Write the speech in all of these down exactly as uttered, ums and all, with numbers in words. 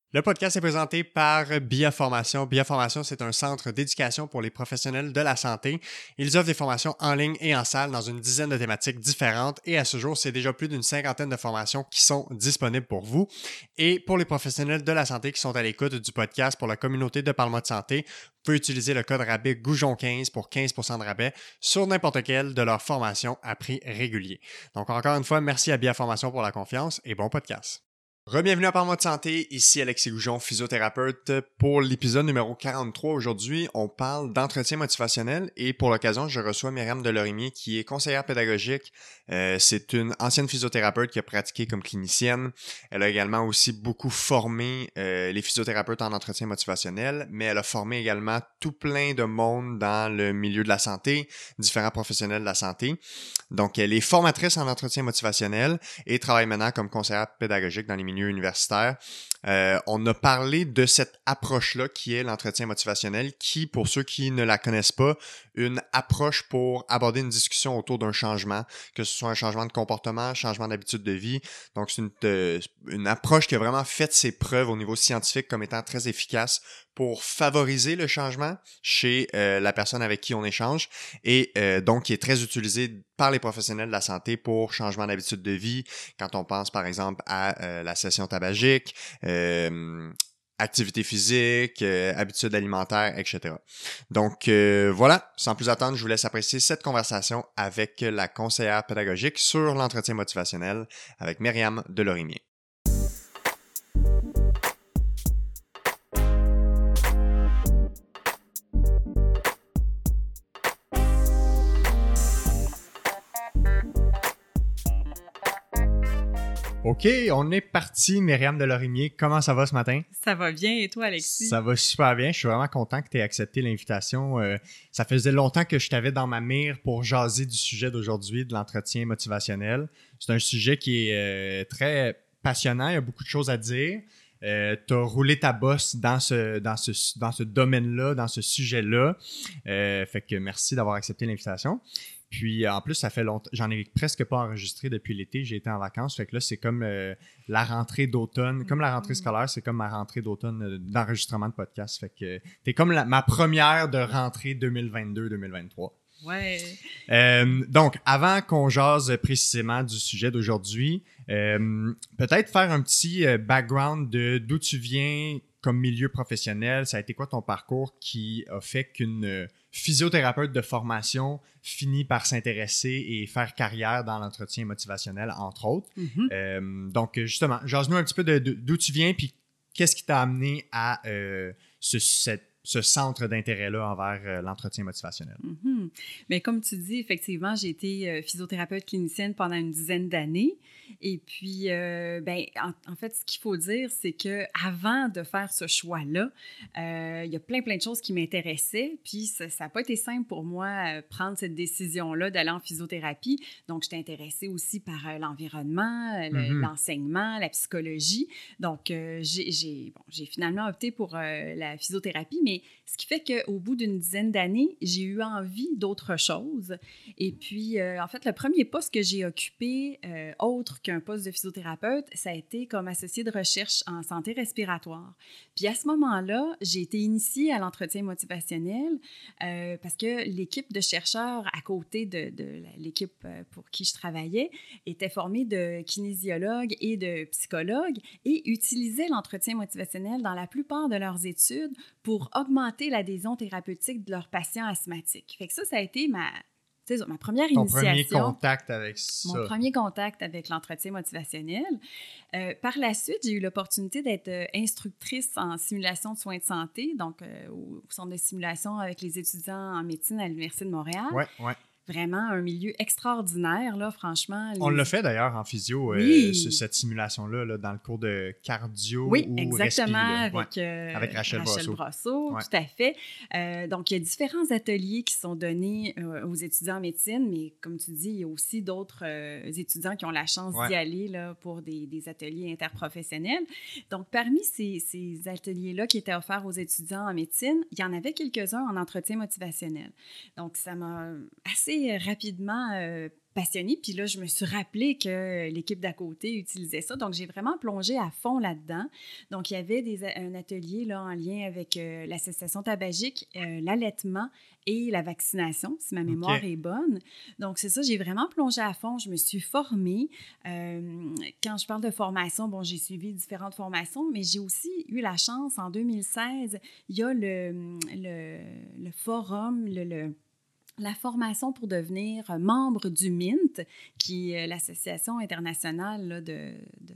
Le podcast est présenté par Biaformation. Biaformation, c'est un centre d'éducation pour les professionnels de la santé. Ils offrent des formations en ligne et en salle dans une dizaine de thématiques différentes et à ce jour, c'est déjà plus d'une cinquantaine de formations qui sont disponibles pour vous. Et pour les professionnels de la santé qui sont à l'écoute du podcast pour la communauté de Parle-moi de santé, vous pouvez utiliser le code rabais Goujon quinze pour quinze pour cent de rabais sur n'importe quelle de leurs formations à prix régulier. Donc encore une fois, merci à Biaformation pour la confiance et bon podcast. Re-bienvenue à Parle-moi de santé, ici Alexis Goujon, physiothérapeute. Pour l'épisode numéro quarante-trois aujourd'hui, on parle d'entretien motivationnel et pour l'occasion, je reçois Myriam Delorimier qui est conseillère pédagogique. Euh, c'est une ancienne physiothérapeute qui a pratiqué comme clinicienne. Elle a également aussi beaucoup formé euh, les physiothérapeutes en entretien motivationnel, mais elle a formé également tout plein de monde dans le milieu de la santé, différents professionnels de la santé. Donc, elle est formatrice en entretien motivationnel et travaille maintenant comme conseillère pédagogique dans les milieux universitaires. Euh, on a parlé de cette approche-là qui est l'entretien motivationnel, qui, pour ceux qui ne la connaissent pas, une approche pour aborder une discussion autour d'un changement, que ce soit un changement de comportement, changement d'habitude de vie. Donc, c'est une, euh, une approche qui a vraiment fait ses preuves au niveau scientifique comme étant très efficace pour favoriser le changement chez euh, la personne avec qui on échange et euh, donc qui est très utilisée par les professionnels de la santé pour changement d'habitude de vie, quand on pense par exemple à euh, la cessation tabagique, euh, activité physique, euh, habitudes alimentaires, et cetera. Donc euh, voilà, sans plus attendre, je vous laisse apprécier cette conversation avec la conseillère pédagogique sur l'entretien motivationnel avec Myriam Delorimier. OK, on est parti, Myriam Delorimier. Comment ça va ce matin? Ça va bien, et toi, Alexis? Ça va super bien. Je suis vraiment content que tu aies accepté l'invitation. Euh, ça faisait longtemps que je t'avais dans ma mire pour jaser du sujet d'aujourd'hui, de l'entretien motivationnel. C'est un sujet qui est euh, très passionnant. Il y a beaucoup de choses à dire. Euh, tu as roulé ta bosse dans ce, dans ce, dans ce domaine-là, dans ce sujet-là. Euh, fait que merci d'avoir accepté l'invitation. Puis en plus, ça fait longtemps, j'en ai presque pas enregistré depuis l'été, j'ai été en vacances, fait que là, c'est comme euh, la rentrée d'automne, comme la rentrée scolaire, c'est comme ma rentrée d'automne euh, d'enregistrement de podcast, fait que t'es comme la, ma première de rentrée deux mille vingt-deux deux mille vingt-trois. Ouais. Euh, donc, avant qu'on jase précisément du sujet d'aujourd'hui, euh, peut-être faire un petit euh, background de d'où tu viens comme milieu professionnel. Ça a été quoi ton parcours qui a fait qu'une euh, physiothérapeute de formation finit par s'intéresser et faire carrière dans l'entretien motivationnel, entre autres. Mm-hmm. Euh, donc, justement, jase-nous un petit peu de, de, d'où tu viens puis qu'est-ce qui t'a amené à euh, ce, cette ce centre d'intérêt-là envers euh, l'entretien motivationnel. Mm-hmm. Mais comme tu dis, effectivement, j'ai été euh, physiothérapeute clinicienne pendant une dizaine d'années. Et puis, euh, ben, en, en fait, ce qu'il faut dire, c'est qu'avant de faire ce choix-là, euh, il y a plein, plein de choses qui m'intéressaient. Puis, ça n'a pas été simple pour moi euh, prendre cette décision-là d'aller en physiothérapie. Donc, j'étais intéressée aussi par euh, l'environnement, euh, le, mm-hmm. l'enseignement, la psychologie. Donc, euh, j'ai, j'ai, bon, j'ai finalement opté pour euh, la physiothérapie, mais ce qui fait qu'au bout d'une dizaine d'années, j'ai eu envie d'autre chose. Et puis, euh, en fait, le premier poste que j'ai occupé, euh, autre qu'un poste de physiothérapeute, ça a été comme associée de recherche en santé respiratoire. Puis à ce moment-là, j'ai été initiée à l'entretien motivationnel euh, parce que l'équipe de chercheurs à côté de, de l'équipe pour qui je travaillais était formée de kinésiologues et de psychologues et utilisait l'entretien motivationnel dans la plupart de leurs études pour augmenter l'adhésion thérapeutique de leurs patients asthmatiques. Fait que ça, ça a été ma, ma première Ton initiation. premier contact avec ça. Mon premier contact avec l'entretien motivationnel. Euh, par la suite, j'ai eu l'opportunité d'être euh, instructrice en simulation de soins de santé, donc euh, au, au centre de simulation avec les étudiants en médecine à l'Université de Montréal. Oui, oui. Vraiment un milieu extraordinaire, là, franchement. Les... On l'a fait d'ailleurs en physio, oui. euh, cette simulation-là, là, dans le cours de cardio oui, ou exactement, respi, avec, ouais. euh, avec Rachel, Rachel Brosseau. Brosseau, ouais. tout à fait. Euh, donc, il y a différents ateliers qui sont donnés euh, aux étudiants en médecine, mais comme tu dis, il y a aussi d'autres euh, étudiants qui ont la chance ouais. d'y aller là, pour des, des ateliers interprofessionnels. Donc, parmi ces, ces ateliers-là qui étaient offerts aux étudiants en médecine, il y en avait quelques-uns en entretien motivationnel. Donc, ça m'a assez rapidement Euh, passionnée. Puis là, je me suis rappelé que l'équipe d'à côté utilisait ça. Donc, j'ai vraiment plongé à fond là-dedans. Donc, il y avait des, un atelier là, en lien avec euh, l'association tabagique, euh, l'allaitement et la vaccination, si ma mémoire Okay. est bonne. Donc, c'est ça, j'ai vraiment plongé à fond. Je me suis formée. Euh, quand je parle de formation, bon, j'ai suivi différentes formations, mais j'ai aussi eu la chance, en deux mille seize, il y a le, le, le forum, le... le la formation pour devenir membre du MINT, qui est l'Association internationale là, de, de,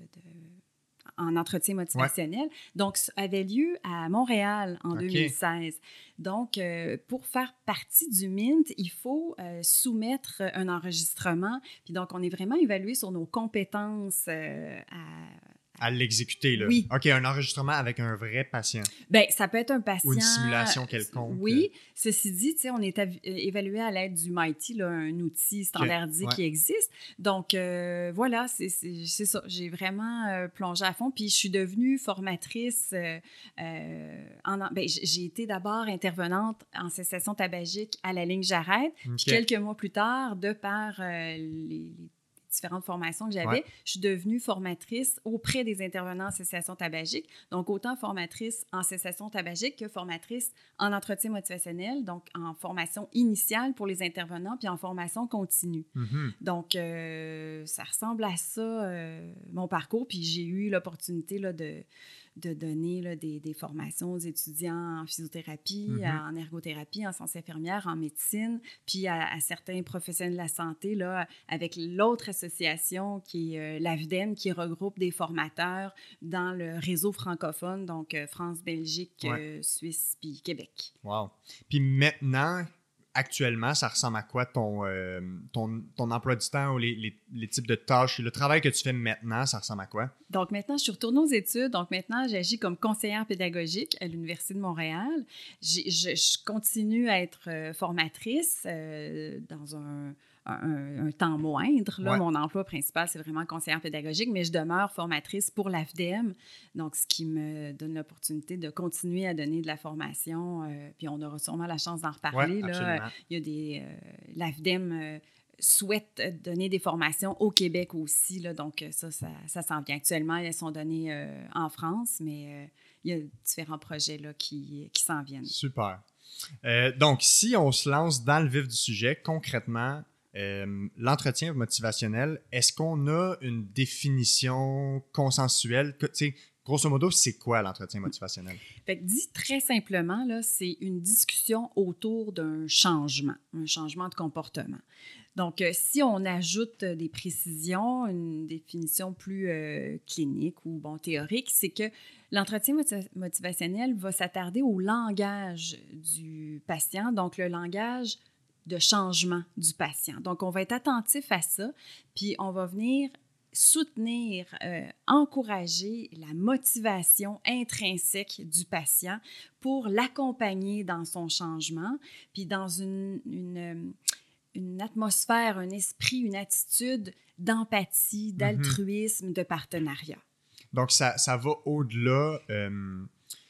de, en entretien motivationnel. Ouais. Donc, ça avait lieu à Montréal en okay. deux mille seize. Donc, euh, pour faire partie du MINT, il faut euh, soumettre un enregistrement. Puis donc, on est vraiment évalué sur nos compétences euh, à... À l'exécuter, là. Oui. OK, un enregistrement avec un vrai patient. Bien, ça peut être un patient... Ou une simulation quelconque. Oui. Là. Ceci dit, tu sais, on est av- évalué à l'aide du MITEE, là, un outil standardisé okay. ouais. qui existe. Donc, euh, voilà, c'est, c'est, c'est ça. J'ai vraiment euh, plongé à fond. Puis, je suis devenue formatrice. Euh, euh, en, ben, j'ai été d'abord intervenante en cessation tabagique à la ligne J'arrête. Okay. Puis, quelques mois plus tard, de par euh, les... les différentes formations que j'avais, ouais. je suis devenue formatrice auprès des intervenants en cessation tabagique. Donc, autant formatrice en cessation tabagique que formatrice en entretien motivationnel, donc en formation initiale pour les intervenants, puis en formation continue. Mm-hmm. Donc, euh, ça ressemble à ça, euh, mon parcours. Puis j'ai eu l'opportunité là, de... de donner là, des, des formations aux étudiants en physiothérapie, mm-hmm. en ergothérapie, en sciences infirmières, en médecine, puis à, à certains professionnels de la santé, là, avec l'autre association qui est euh, l'A V D E M, qui regroupe des formateurs dans le réseau francophone, donc euh, France, Belgique, ouais. euh, Suisse, puis Québec. Wow! Puis maintenant... Actuellement, ça ressemble à quoi ton, euh, ton, ton emploi du temps ou les, les, les types de tâches? Le travail que tu fais maintenant, ça ressemble à quoi? Donc maintenant, je suis retournée aux études. Donc maintenant, j'agis comme conseillère pédagogique à l'Université de Montréal. J'ai, je, je continue à être euh, formatrice euh, dans un... Un, un temps moindre. Là, ouais. Mon emploi principal, c'est vraiment conseillère pédagogique, mais je demeure formatrice pour l'A V D E M, donc ce qui me donne l'opportunité de continuer à donner de la formation. Euh, puis on aura sûrement la chance d'en reparler. Ouais, là. Il y a des... Euh, l'A V D E M euh, souhaite donner des formations au Québec aussi, là, donc ça, ça, ça s'en vient. Actuellement, elles sont données euh, en France, mais euh, il y a différents projets là, qui, qui s'en viennent. Super. Euh, donc, si on se lance dans le vif du sujet, concrètement, Euh, l'entretien motivationnel, est-ce qu'on a une définition consensuelle? Tu sais, grosso modo, c'est quoi l'entretien motivationnel? Fait que dit très simplement, là, c'est une discussion autour d'un changement, un changement de comportement. Donc, euh, si on ajoute des précisions, une définition plus euh, clinique ou bon, théorique, c'est que l'entretien motiv- motivationnel va s'attarder au langage du patient, donc le langage de changement du patient. Donc, on va être attentif à ça, puis on va venir soutenir, euh, encourager la motivation intrinsèque du patient pour l'accompagner dans son changement, puis dans une, une, une atmosphère, un esprit, une attitude d'empathie, d'altruisme, mm-hmm. de partenariat. Donc, ça, ça va au-delà... Euh...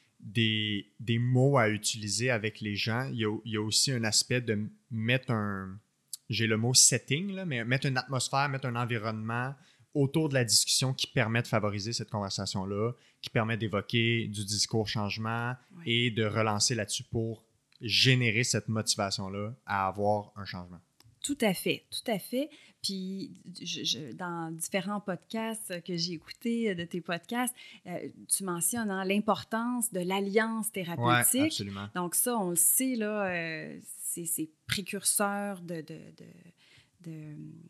Des, des mots à utiliser avec les gens. Il y a, il y a aussi un aspect de mettre un, j'ai le mot setting, là, mais mettre une atmosphère, mettre un environnement autour de la discussion qui permet de favoriser cette conversation-là, qui permet d'évoquer du discours changement oui. et de relancer là-dessus pour générer cette motivation-là à avoir un changement. Tout à fait, tout à fait. Puis, je, je, dans différents podcasts que j'ai écoutés, de tes podcasts, euh, tu mentionnes hein, l'importance de l'alliance thérapeutique. Oui, absolument. Donc ça, on le sait, là, euh, c'est, c'est précurseur de... de, de, de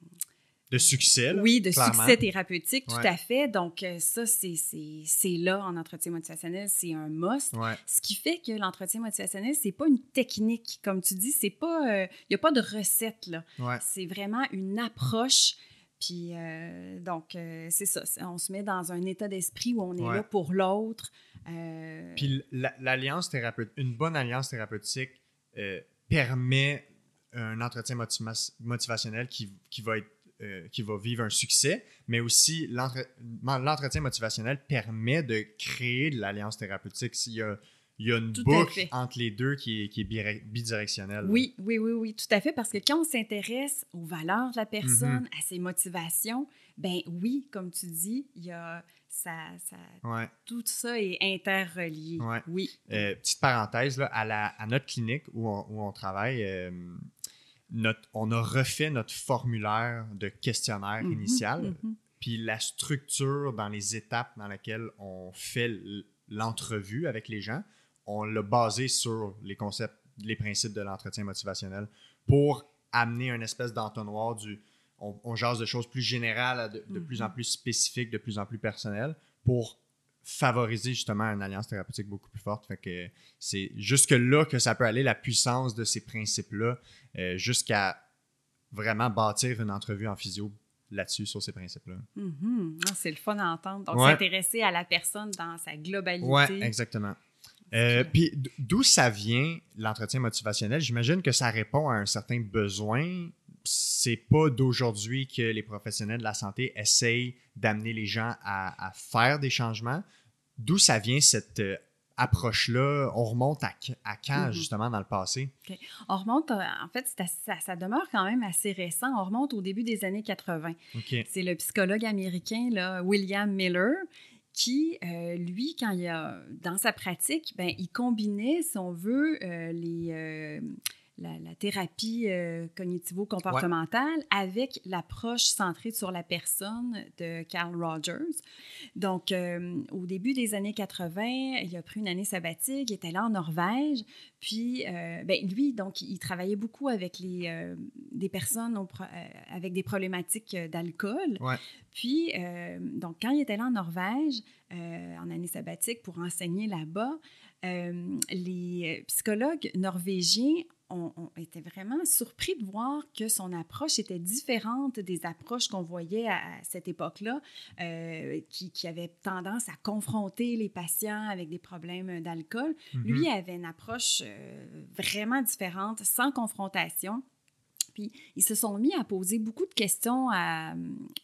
De succès, là, oui, de clairement. Succès thérapeutique, tout ouais. à fait. Donc, ça, c'est, c'est, c'est là, en entretien motivationnel, c'est un must. Ouais. Ce qui fait que l'entretien motivationnel, c'est pas une technique, comme tu dis, c'est pas... Il euh, n'y a pas de recette, là. Ouais. C'est vraiment une approche. Puis, euh, donc, euh, c'est ça. On se met dans un état d'esprit où on est ouais. là pour l'autre. Euh... Puis, la, l'alliance thérapeutique, une bonne alliance thérapeutique euh, permet un entretien motiva- motivationnel qui, qui va être Euh, qui va vivre un succès, mais aussi l'entre... l'entretien motivationnel permet de créer de l'alliance thérapeutique. S'il y a il y a une Tout boucle entre les deux qui est, qui est bidirectionnelle. Oui, oui, oui, oui, tout à fait, parce que quand on s'intéresse aux valeurs de la personne, mm-hmm. à ses motivations, ben oui, comme tu dis, il y a ça, ça ouais. tout ça est interrelié. Ouais. Oui. Euh, petite parenthèse, là, à, la, à notre clinique où on, où on travaille, euh, notre, on a refait notre formulaire de questionnaire mm-hmm, initial, mm-hmm. puis la structure dans les étapes dans lesquelles on fait l'entrevue avec les gens, on l'a basé sur les concepts, les principes de l'entretien motivationnel pour amener une espèce d'entonnoir du... On, on jase de choses plus générales, de, de mm-hmm. plus en plus spécifiques, de plus en plus personnelles pour favoriser justement une alliance thérapeutique beaucoup plus forte. Fait que c'est jusque-là que ça peut aller, la puissance de ces principes-là, euh, jusqu'à vraiment bâtir une entrevue en physio là-dessus, sur ces principes-là. Mm-hmm. Ah, c'est le fun à entendre. Donc, ouais. s'intéresser à la personne dans sa globalité. Oui, exactement. Euh, puis d'où ça vient, l'entretien motivationnel? J'imagine que ça répond à un certain besoin. C'est pas d'aujourd'hui que les professionnels de la santé essayent d'amener les gens à, à faire des changements. D'où ça vient cette euh, approche-là? On remonte à, à quand, mm-hmm. justement, dans le passé? Okay. On remonte, en fait, ça, ça demeure quand même assez récent. On remonte au début des années quatre-vingt. Okay. C'est le psychologue américain, là, William Miller, qui, euh, lui, quand il a, dans sa pratique, ben, il combinait, si on veut, euh, les, euh, la, la thérapie euh, cognitivo-comportementale ouais. avec l'approche centrée sur la personne de Carl Rogers. Donc, euh, au début des années quatre-vingt, il a pris une année sabbatique, il était là en Norvège, puis, euh, ben, lui, donc, il travaillait beaucoup avec les, euh, des personnes au, euh, avec des problématiques d'alcool. Ouais. Puis, euh, donc, quand il était là en Norvège, euh, en année sabbatique pour enseigner là-bas, euh, les psychologues norvégiens ont, ont été vraiment surpris de voir que son approche était différente des approches qu'on voyait à, à cette époque-là, euh, qui, qui avaient tendance à confronter les patients avec des problèmes d'alcool. Mm-hmm. Lui avait une approche euh, vraiment différente, sans confrontation. Puis, ils se sont mis à poser beaucoup de questions à... à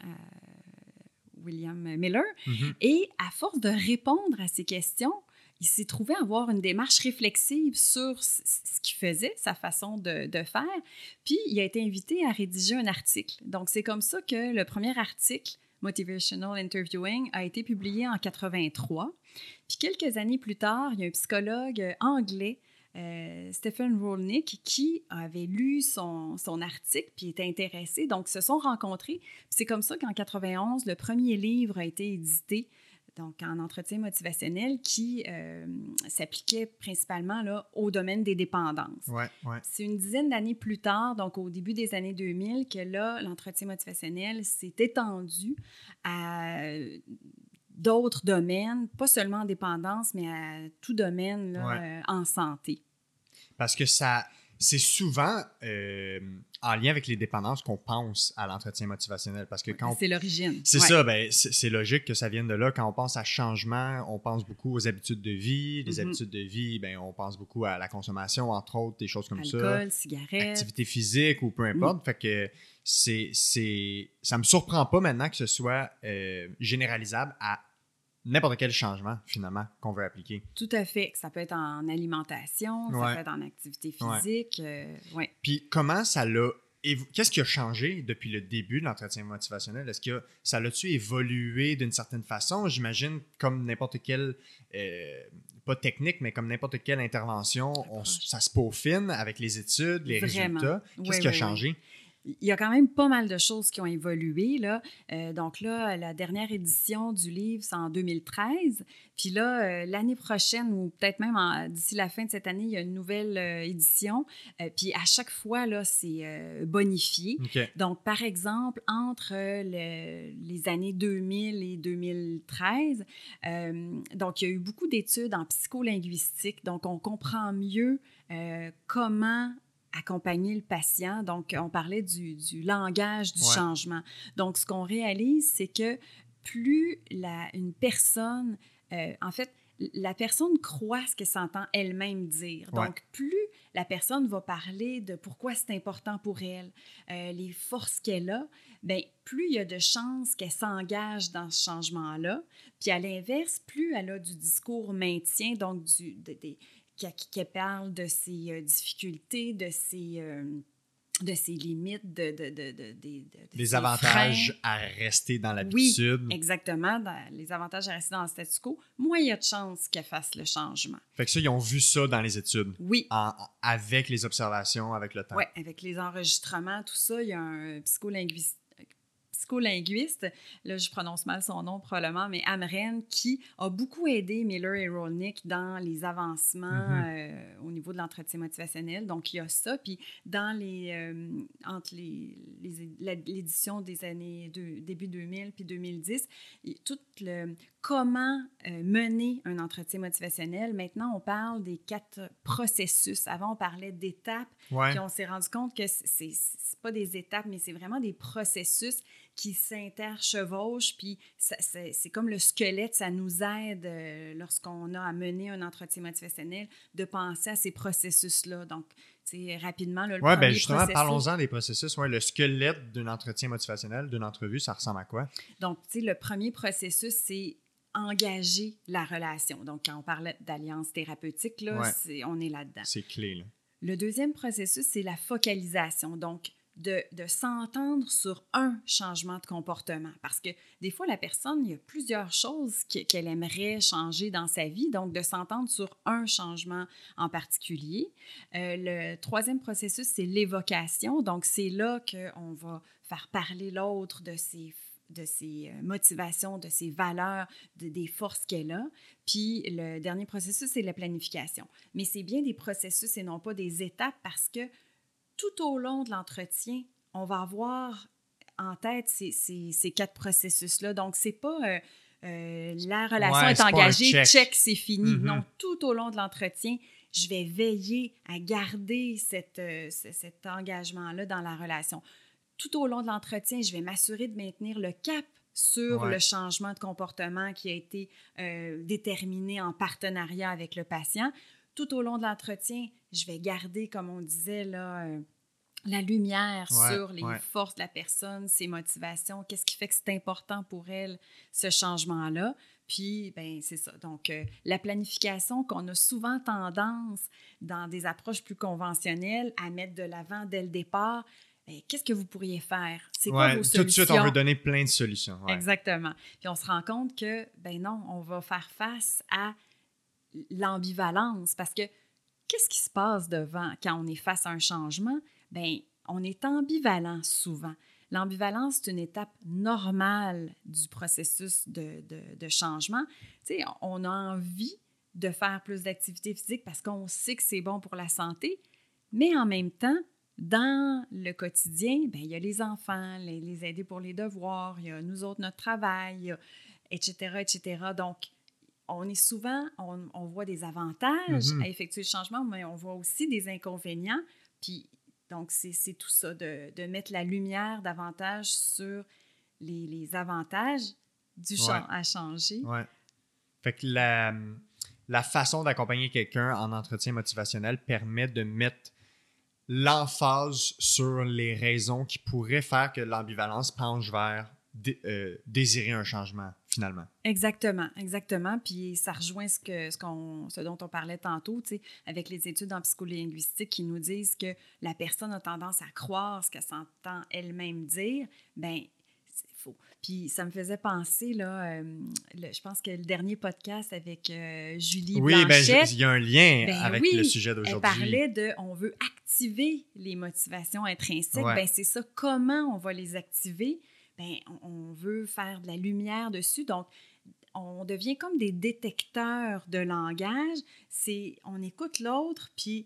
William Miller. Mm-hmm. Et à force de répondre à ces questions, il s'est trouvé avoir une démarche réflexive sur ce qu'il faisait, sa façon de, de faire. Puis, il a été invité à rédiger un article. Donc, c'est comme ça que le premier article, Motivational Interviewing, a été publié en quatre-vingt-trois. Puis, quelques années plus tard, il y a un psychologue anglais, Euh, Stephen Rollnick, qui avait lu son, son article puis était intéressé. Donc, ils se sont rencontrés. Puis c'est comme ça qu'en quatre-vingt-onze, le premier livre a été édité, donc en entretien motivationnel, qui euh, s'appliquait principalement là, au domaine des dépendances. Ouais, ouais. C'est une dizaine d'années plus tard, donc au début des années deux mille, que là, l'entretien motivationnel s'est étendu à d'autres domaines, pas seulement en dépendance, mais à tout domaine là, ouais. euh, en santé. Parce que ça, c'est souvent euh, en lien avec les dépendances qu'on pense à l'entretien motivationnel. Parce que quand on... C'est l'origine. C'est ouais. ça, ben, c'est, c'est logique que ça vienne de là. Quand on pense à changement, on pense beaucoup aux habitudes de vie. Les mm-hmm. habitudes de vie, ben, on pense beaucoup à la consommation, entre autres, des choses comme Alcool, ça. Alcool, cigarettes. Activité physique ou peu importe. Mm. Fait que c'est, c'est, ça me surprend pas maintenant que ce soit euh, généralisable à n'importe quel changement, finalement, qu'on veut appliquer. Tout à fait. Ça peut être en alimentation, ouais. ça peut être en activité physique. Ouais. Euh, ouais. Puis comment ça l'a... Évo... Qu'est-ce qui a changé depuis le début de l'entretien motivationnel? Est-ce que ça l'a-tu évolué d'une certaine façon? J'imagine, comme n'importe quelle... Euh, pas technique, mais comme n'importe quelle intervention, on, ça se peaufine avec les études, les Vraiment. résultats. Qu'est-ce oui, qui a oui, changé? Oui. Il y a quand même pas mal de choses qui ont évolué, là. Euh, donc là, la dernière édition du livre, c'est en deux mille treize. Puis là, euh, l'année prochaine, ou peut-être même en, d'ici la fin de cette année, il y a une nouvelle euh, édition. Euh, puis à chaque fois, là, c'est euh, bonifié. Okay. Donc, par exemple, entre le, les années deux mille et deux mille treize, euh, donc il y a eu beaucoup d'études en psycholinguistique. Donc, on comprend mieux euh, comment accompagner le patient. Donc, on parlait du, du langage du ouais. changement. Donc, ce qu'on réalise, c'est que plus la, une personne, euh, en fait, la personne croit ce qu'elle s'entend elle-même dire. Ouais. Donc, plus la personne va parler de pourquoi c'est important pour elle, euh, les forces qu'elle a, bien, plus il y a de chances qu'elle s'engage dans ce changement-là. Puis à l'inverse, plus elle a du discours maintien, donc du, de, de, qu'elle parle de ses euh, difficultés, de ses... Euh, de ses limites, de, de, de, de, de, de les avantages freins. À rester dans l'habitude. Oui, exactement, dans, les avantages à rester dans le statu quo, moins il y a de chances qu'elle fasse le changement. Fait que ça, ils ont vu ça dans les études. Oui. En, avec les observations, avec le temps. Oui, avec les enregistrements, tout ça, il y a un psycholinguiste psycholinguiste, là je prononce mal son nom probablement, mais Amren, qui a beaucoup aidé Miller et Rolnick dans les avancements mm-hmm. euh, au niveau de l'entretien motivationnel. Donc, il y a ça. Puis, dans les, euh, entre les, les, l'édition des années de, début deux mille puis deux mille dix, tout le comment euh, mener un entretien motivationnel. Maintenant, on parle des quatre processus. Avant, on parlait d'étapes. Ouais. Puis, on s'est rendu compte que c'est, c'est pas des étapes, mais c'est vraiment des processus qui s'interchevauchent, puis ça, c'est, c'est comme le squelette, ça nous aide euh, lorsqu'on a à mener un entretien motivationnel de penser à ces processus-là. Donc, tu sais, rapidement, là, le ouais, premier ben justement, processus... parlons-en des processus. Ouais, le squelette d'un entretien motivationnel, d'une entrevue, ça ressemble à quoi? Donc, tu sais, le premier processus, c'est engager la relation. Donc, quand on parlait d'alliance thérapeutique, là, ouais. c'est, on est là-dedans. C'est clé, là. Le deuxième processus, c'est la focalisation. Donc, De, de s'entendre sur un changement de comportement. Parce que des fois, la personne, il y a plusieurs choses qu'elle aimerait changer dans sa vie, donc de s'entendre sur un changement en particulier. Euh, le troisième processus, c'est l'évocation. Donc, c'est là qu'on va faire parler l'autre de ses de ses motivations, de ses valeurs, de, des forces qu'elle a. Puis le dernier processus, c'est la planification. Mais c'est bien des processus et non pas des étapes parce que tout au long de l'entretien, on va avoir en tête ces, ces, ces quatre processus-là. Donc, c'est pas euh, euh, la relation ouais, est engagée, check. check, c'est fini. Mm-hmm. Non, tout au long de l'entretien, je vais veiller à garder cette, euh, cet engagement-là dans la relation. Tout au long de l'entretien, je vais m'assurer de maintenir le cap sur ouais. le changement de comportement qui a été euh, déterminé en partenariat avec le patient. Tout au long de l'entretien, je vais garder, comme on disait, là, euh, la lumière ouais, sur les ouais. forces de la personne, ses motivations, qu'est-ce qui fait que c'est important pour elle, ce changement-là. Puis, bien, c'est ça. Donc, euh, la planification qu'on a souvent tendance, dans des approches plus conventionnelles, à mettre de l'avant dès le départ, bien, qu'est-ce que vous pourriez faire? C'est quoi ouais, vos solutions? Tout de suite, on veut donner plein de solutions. Ouais. Exactement. Puis, on se rend compte que, ben non, on va faire face à l'ambivalence parce que qu'est-ce qui se passe devant quand on est face à un changement? Bien, on est ambivalent souvent. L'ambivalence, c'est une étape normale du processus de, de, de changement. Tu sais, on a envie de faire plus d'activité physique parce qu'on sait que c'est bon pour la santé, mais en même temps, dans le quotidien, bien, il y a les enfants, les, les aider pour les devoirs, il y a nous autres, notre travail, il y a, et cetera, et cetera. Donc, on est souvent, on, on voit des avantages mm-hmm. à effectuer le changement, mais on voit aussi des inconvénients. Puis, donc, c'est, c'est tout ça, de, de mettre la lumière davantage sur les, les avantages du ouais. champ à changer. Oui. Fait que la, la façon d'accompagner quelqu'un en entretien motivationnel permet de mettre l'emphase sur les raisons qui pourraient faire que l'ambivalence penche vers dé, euh, désirer un changement, finalement. Exactement, exactement. Puis ça rejoint ce, que, ce, qu'on, ce dont on parlait tantôt, tu sais, avec les études en psycholinguistique qui nous disent que la personne a tendance à croire ce qu'elle s'entend elle-même dire. Bien, c'est faux. Puis ça me faisait penser, là, euh, le, je pense que le dernier podcast avec euh, Julie oui, Blanchette... Oui, bien, il y a un lien ben avec oui, le sujet d'aujourd'hui. Elle parlait de, on veut activer les motivations intrinsèques. Ouais. Bien, c'est ça, comment on va les activer? Bien, on, on veut faire de la lumière dessus. Donc, on devient comme des détecteurs de langage. C'est, on écoute l'autre, puis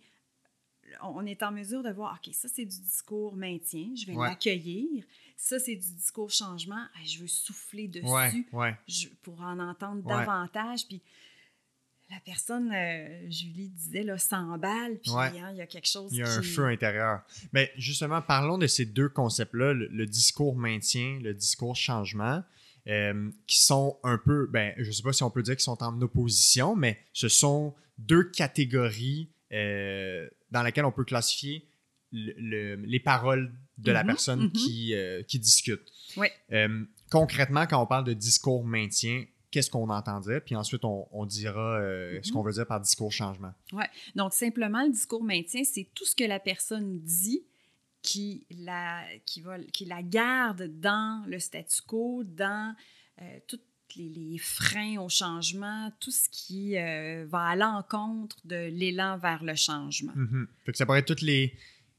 on est en mesure de voir, OK, ça, c'est du discours maintien, je vais ouais. l'accueillir. Ça, c'est du discours changement, je veux souffler dessus ouais, ouais. Je, pour en entendre ouais. davantage. Puis la personne, euh, Julie disait, là, s'emballe, puis ouais. hein, il y a quelque chose Il y a qui... un feu intérieur. Mais justement, parlons de ces deux concepts-là, le, le discours maintien, le discours changement, euh, qui sont un peu, ben, je ne sais pas si on peut dire qu'ils sont en opposition, mais ce sont deux catégories euh, dans lesquelles on peut classifier le, le, les paroles de mm-hmm, la personne mm-hmm. qui, euh, qui discute. Oui. Euh, concrètement, quand on parle de discours maintien, qu'est-ce qu'on entend dire? Puis ensuite, on, on dira euh, mm-hmm. ce qu'on veut dire par discours changement. Oui. Donc, simplement, le discours maintien, c'est tout ce que la personne dit qui la, qui va, qui la garde dans le statu quo, dans euh, toutes les, les freins au changement, tout ce qui euh, va à l'encontre de l'élan vers le changement. Mm-hmm. Fait que ça pourrait être toutes les,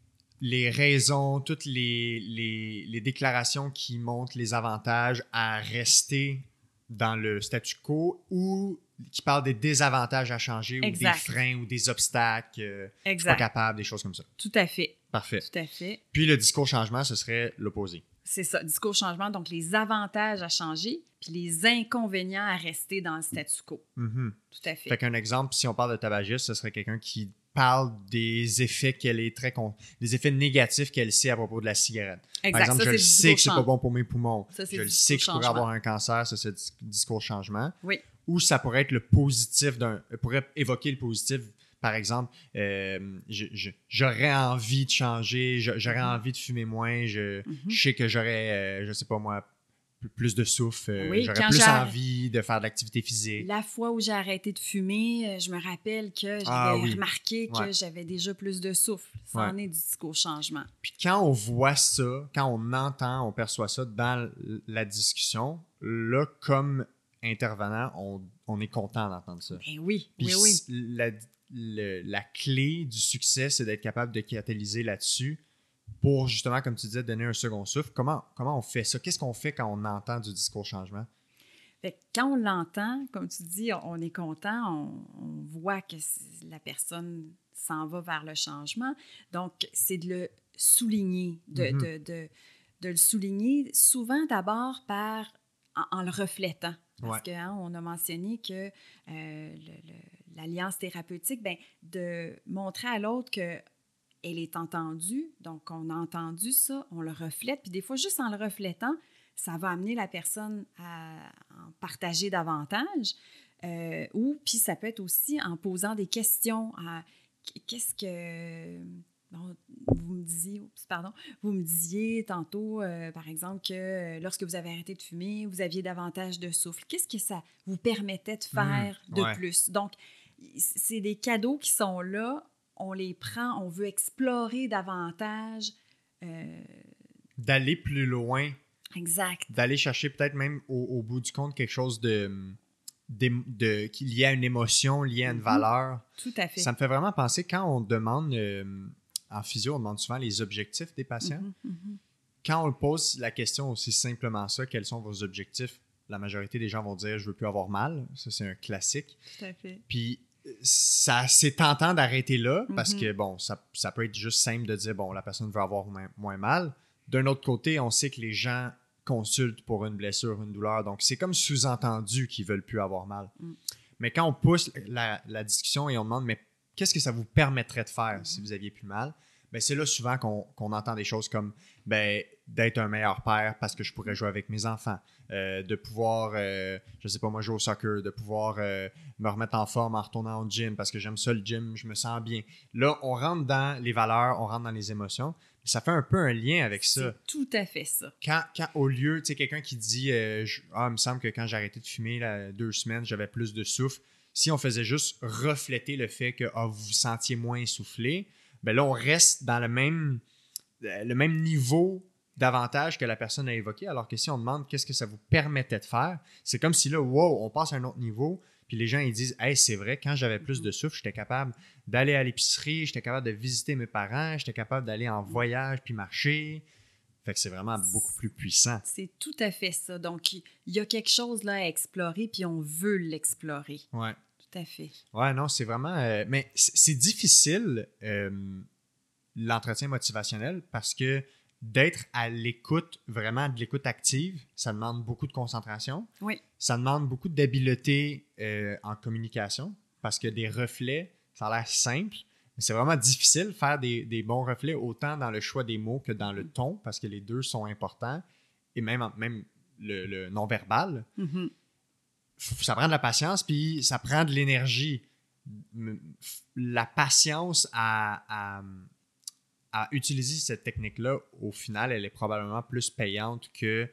les raisons, toutes les, les, les déclarations qui montrent les avantages à rester dans le statu quo ou qui parlent des désavantages à changer exact. Ou des freins ou des obstacles, euh, pas capable, des choses comme ça. Tout à fait. Parfait. Tout à fait. Puis le discours changement, ce serait l'opposé. C'est ça, discours changement, donc les avantages à changer puis les inconvénients à rester dans le statu quo. Mm-hmm. Tout à fait. Fait qu'un exemple, si on parle de tabagisme, ce serait quelqu'un qui parle des effets qu'elle est très con... des effets négatifs qu'elle sait à propos de la cigarette. Exact. Par exemple, ça, je le sais que c'est changement. Pas bon pour mes poumons. Ça, je le sais que je pourrais avoir un cancer, ça c'est le discours changement. Oui. Ou ça pourrait être le positif d'un pourrait évoquer le positif. Par exemple, euh, je, je, j'aurais envie de changer, je, j'aurais mm-hmm. envie de fumer moins, je, mm-hmm. je sais que j'aurais, euh, je sais pas moi, plus de souffle, euh, oui, j'aurais plus envie de faire de l'activité physique. La fois où j'ai arrêté de fumer, je me rappelle que j'avais ah, oui. remarqué que ouais. j'avais déjà plus de souffle. Ça en ouais. est du discours changement. Puis quand on voit ça, quand on entend, on perçoit ça dans la discussion, là, comme intervenant, on, on est content d'entendre ça. Ben oui, Puis oui, oui. La, Le, la clé du succès, c'est d'être capable de catalyser là-dessus pour justement, comme tu disais, donner un second souffle. Comment, comment on fait ça? Qu'est-ce qu'on fait quand on entend du discours changement? Fait que quand on l'entend, comme tu dis, on est content, on, on voit que la personne s'en va vers le changement. Donc, c'est de le souligner, de, mm-hmm. de, de, de le souligner souvent d'abord par, en, en le reflétant. Parce ouais. qu'on hein, a mentionné que euh, le, le l'alliance thérapeutique, bien, de montrer à l'autre qu'elle est entendue, donc on a entendu ça, on le reflète, puis des fois, juste en le reflétant, ça va amener la personne à en partager davantage, euh, ou puis ça peut être aussi en posant des questions à qu'est-ce que... Bon, vous me disiez, oups, pardon, vous me disiez tantôt, euh, par exemple, que euh, lorsque vous avez arrêté de fumer, vous aviez davantage de souffle. Qu'est-ce que ça vous permettait de faire mmh, de ouais. plus? Donc, c'est des cadeaux qui sont là, on les prend, on veut explorer davantage. Euh... D'aller plus loin. Exact. D'aller chercher peut-être même au, au bout du compte quelque chose de, de, de, qui lié à une émotion, lié à une mm-hmm. valeur. Tout à fait. Ça me fait vraiment penser, quand on demande, euh, en physio, on demande souvent les objectifs des patients. Mm-hmm. Mm-hmm. Quand on pose la question aussi simplement ça, quels sont vos objectifs? La majorité des gens vont dire « je veux plus avoir mal ». Ça, c'est un classique. Tout à fait. Puis, ça, c'est tentant d'arrêter là Mm-hmm. parce que, bon, ça, ça peut être juste simple de dire « bon, la personne veut avoir moins, moins mal ». D'un autre côté, on sait que les gens consultent pour une blessure, une douleur. Donc, c'est comme sous-entendu qu'ils ne veulent plus avoir mal. Mm. Mais quand on pousse la, la discussion et on demande « mais qu'est-ce que ça vous permettrait de faire mm-hmm. si vous aviez plus mal ?» Ben, c'est là souvent qu'on, qu'on entend des choses comme ben, d'être un meilleur père parce que je pourrais jouer avec mes enfants, euh, de pouvoir, euh, je sais pas moi, jouer au soccer, de pouvoir euh, me remettre en forme en retournant au gym parce que j'aime ça le gym, je me sens bien. Là, on rentre dans les valeurs, on rentre dans les émotions. Ça fait un peu un lien avec ça. C'est tout à fait ça. Quand, quand au lieu, tu sais, quelqu'un qui dit euh, je, ah, il me semble que quand j'ai arrêté de fumer là, deux semaines, j'avais plus de souffle. Si on faisait juste refléter le fait que ah, vous vous sentiez moins essoufflé, ben là, on reste dans le même, le même niveau d'avantage que la personne a évoqué, alors que si on demande qu'est-ce que ça vous permettait de faire, c'est comme si là, wow, on passe à un autre niveau, puis les gens, ils disent « Hey, c'est vrai, quand j'avais plus de souffle, j'étais capable d'aller à l'épicerie, j'étais capable de visiter mes parents, j'étais capable d'aller en voyage puis marcher. » Fait que c'est vraiment beaucoup plus puissant. C'est tout à fait ça. Donc, il y a quelque chose là à explorer, puis on veut l'explorer. Ouais. Tout à fait. Ouais, non, c'est vraiment... Euh, mais c'est, c'est difficile, euh, l'entretien motivationnel, parce que d'être à l'écoute, vraiment de l'écoute active, ça demande beaucoup de concentration. Oui. Ça demande beaucoup d'habileté euh, en communication, parce que des reflets, ça a l'air simple, mais c'est vraiment difficile faire des, des bons reflets, autant dans le choix des mots que dans le ton, parce que les deux sont importants, et même, même le, le non-verbal. Mm-hmm. Ça prend de la patience, puis ça prend de l'énergie. La patience à, à, à utiliser cette technique-là, au final, elle est probablement plus payante que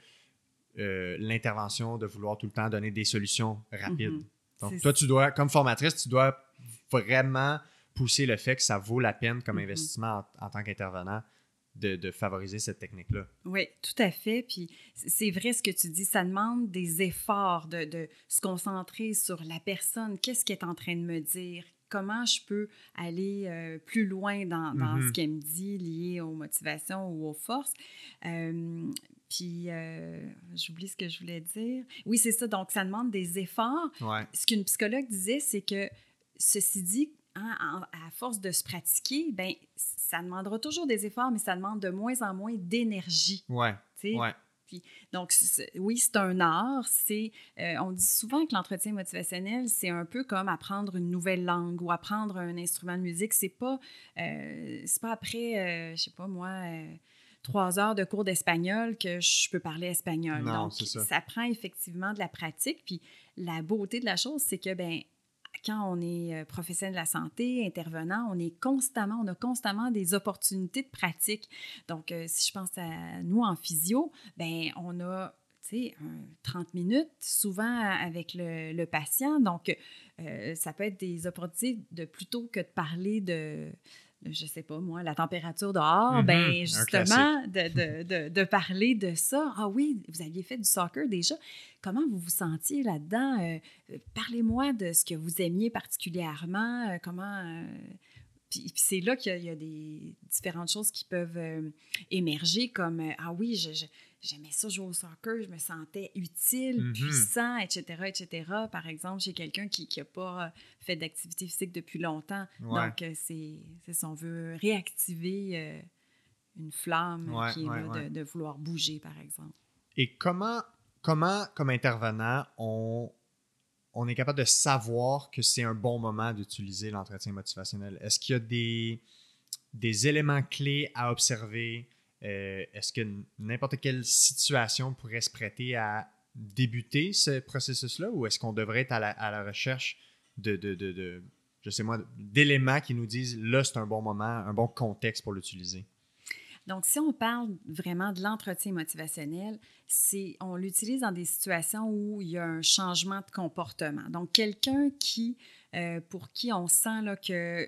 euh, l'intervention de vouloir tout le temps donner des solutions rapides. Mm-hmm. Donc, C'est toi, ça. tu dois, comme formatrice, tu dois vraiment pousser le fait que ça vaut la peine comme Mm-hmm. investissement en, en tant qu'intervenant de, de favoriser cette technique-là. Oui, tout à fait. Puis c'est vrai ce que tu dis, ça demande des efforts de, de se concentrer sur la personne. Qu'est-ce qu'elle est en train de me dire? Comment je peux aller euh, plus loin dans, dans Mm-hmm. ce qu'elle me dit lié aux motivations ou aux forces? Euh, puis, euh, j'oublie ce que je voulais dire. Oui, c'est ça. Donc, ça demande des efforts. Ouais. Ce qu'une psychologue disait, c'est que, ceci dit, hein, à force de se pratiquer, ben ça demandera toujours des efforts, mais ça demande de moins en moins d'énergie. Ouais. Ouais. Puis, donc, c'est, oui, c'est un art. C'est, euh, on dit souvent que l'entretien motivationnel, c'est un peu comme apprendre une nouvelle langue ou apprendre un instrument de musique. C'est pas, euh, c'est pas après, euh, je sais pas moi, euh, trois heures de cours d'espagnol que je peux parler espagnol. Non, donc, c'est ça. Ça prend effectivement de la pratique. Puis, la beauté de la chose, c'est que, ben quand on est professionnel de la santé, intervenant, on est constamment, on a constamment des opportunités de pratique. Donc, euh, si je pense à nous en physio, ben on a, tu sais, trente minutes, souvent avec le, le patient. Donc, euh, ça peut être des opportunités de plutôt que de parler de, je sais pas moi, la température dehors, mm-hmm, ben justement, de, de, de, de parler de ça. Ah oui, vous aviez fait du soccer déjà. Comment vous vous sentiez là-dedans? Euh, parlez-moi de ce que vous aimiez particulièrement. Euh, comment... Euh, puis, puis c'est là qu'il y a, il y a des différentes choses qui peuvent euh, émerger, comme euh, ah oui, je, je, j'aimais ça jouer au soccer, je me sentais utile, mm-hmm, puissant, et cetera, et cetera. Par exemple, j'ai quelqu'un qui n'a pas fait d'activité physique depuis longtemps. Ouais. Donc, euh, c'est, c'est ça, on veut réactiver euh, une flamme ouais, qui est ouais, là ouais. de, de vouloir bouger, par exemple. Et comment, comment comme intervenant, on... on est capable de savoir que c'est un bon moment d'utiliser l'entretien motivationnel? Est-ce qu'il y a des, des éléments clés à observer? Euh, est-ce que n'importe quelle situation pourrait se prêter à débuter ce processus-là ou est-ce qu'on devrait être à la, à la recherche de, de, de, de, je sais moi, d'éléments qui nous disent là, c'est un bon moment, un bon contexte pour l'utiliser? Donc, si on parle vraiment de l'entretien motivationnel, c'est, on l'utilise dans des situations où il y a un changement de comportement. Donc, quelqu'un qui, euh, pour qui on sent là, que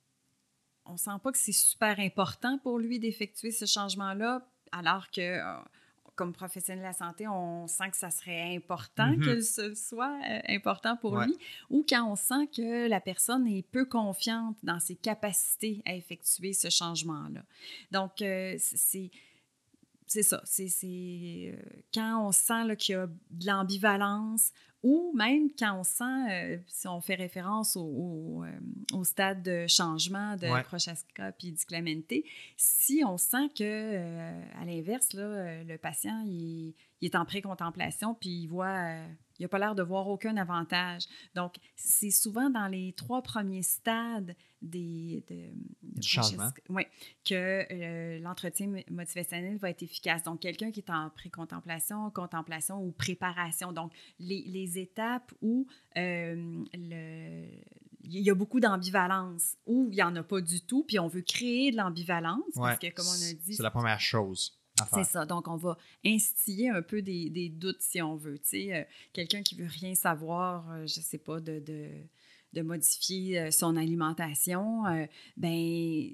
on ne sent pas que c'est super important pour lui d'effectuer ce changement-là, alors que, euh, comme professionnel de la santé, on sent que ça serait important mm-hmm. que ce soit euh, important pour ouais. lui, ou quand on sent que la personne est peu confiante dans ses capacités à effectuer ce changement-là. Donc, euh, c'est, c'est ça. C'est, c'est euh, quand on sent là, qu'il y a de l'ambivalence, ou même quand on sent, euh, si on fait référence au, au, euh, au stade de changement de ouais. Prochaska puis d'Iclamenter, si on sent que, euh, à l'inverse, là, euh, le patient il, il est en pré-contemplation puis il voit, euh, il n'a pas l'air de voir aucun avantage. Donc, c'est souvent dans les trois premiers stades des, de, de du changement ouais, que euh, l'entretien motivationnel va être efficace. Donc, quelqu'un qui est en pré-contemplation, contemplation ou préparation. Donc, les, les étapes où euh, le, il y a beaucoup d'ambivalence, ou il n'y en a pas du tout, puis on veut créer de l'ambivalence, ouais, parce que, comme on a dit... C'est la première chose. C'est ça. Donc, on va instiller un peu des, des doutes, si on veut. Tu sais, euh, quelqu'un qui veut rien savoir, euh, je sais pas, de, de, de modifier euh, son alimentation, euh, ben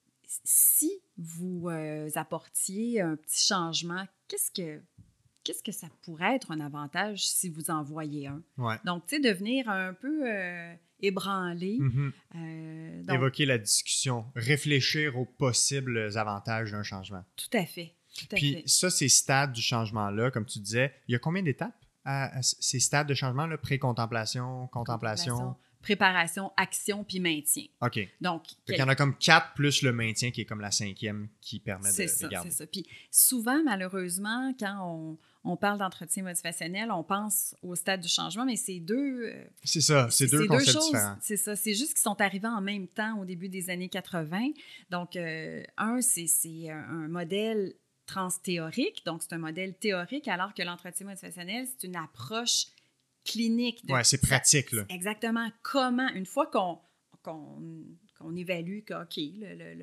si vous euh, apportiez un petit changement, qu'est-ce que, qu'est-ce que ça pourrait être un avantage si vous en voyez un? Ouais. Donc, tu sais, devenir un peu euh, ébranlé. Mm-hmm. Euh, donc, évoquer la discussion, réfléchir aux possibles avantages d'un changement. Tout à fait. Tout à Puis fait. ça, ces stades du changement-là, comme tu disais, il y a combien d'étapes à, à ces stades de changement-là? Pré-contemplation, contemplation? contemplation préparation, action, puis maintien. OK. Donc, quel... il y en a comme quatre plus le maintien qui est comme la cinquième qui permet c'est de, ça, de garder. C'est ça. Puis souvent, malheureusement, quand on, on parle d'entretien motivationnel, on pense au stade du changement, mais c'est deux... Euh, c'est ça, c'est, c'est deux concepts deux choses, différents. C'est ça, c'est juste qu'ils sont arrivés en même temps au début des années quatre-vingt. Donc, euh, un, c'est, c'est un modèle transthéorique, donc c'est un modèle théorique, alors que l'entretien motivationnel, c'est une approche clinique. Oui, c'est pratique. Là. Exactement. Comment, une fois qu'on, qu'on, qu'on évalue que, OK, le, le, le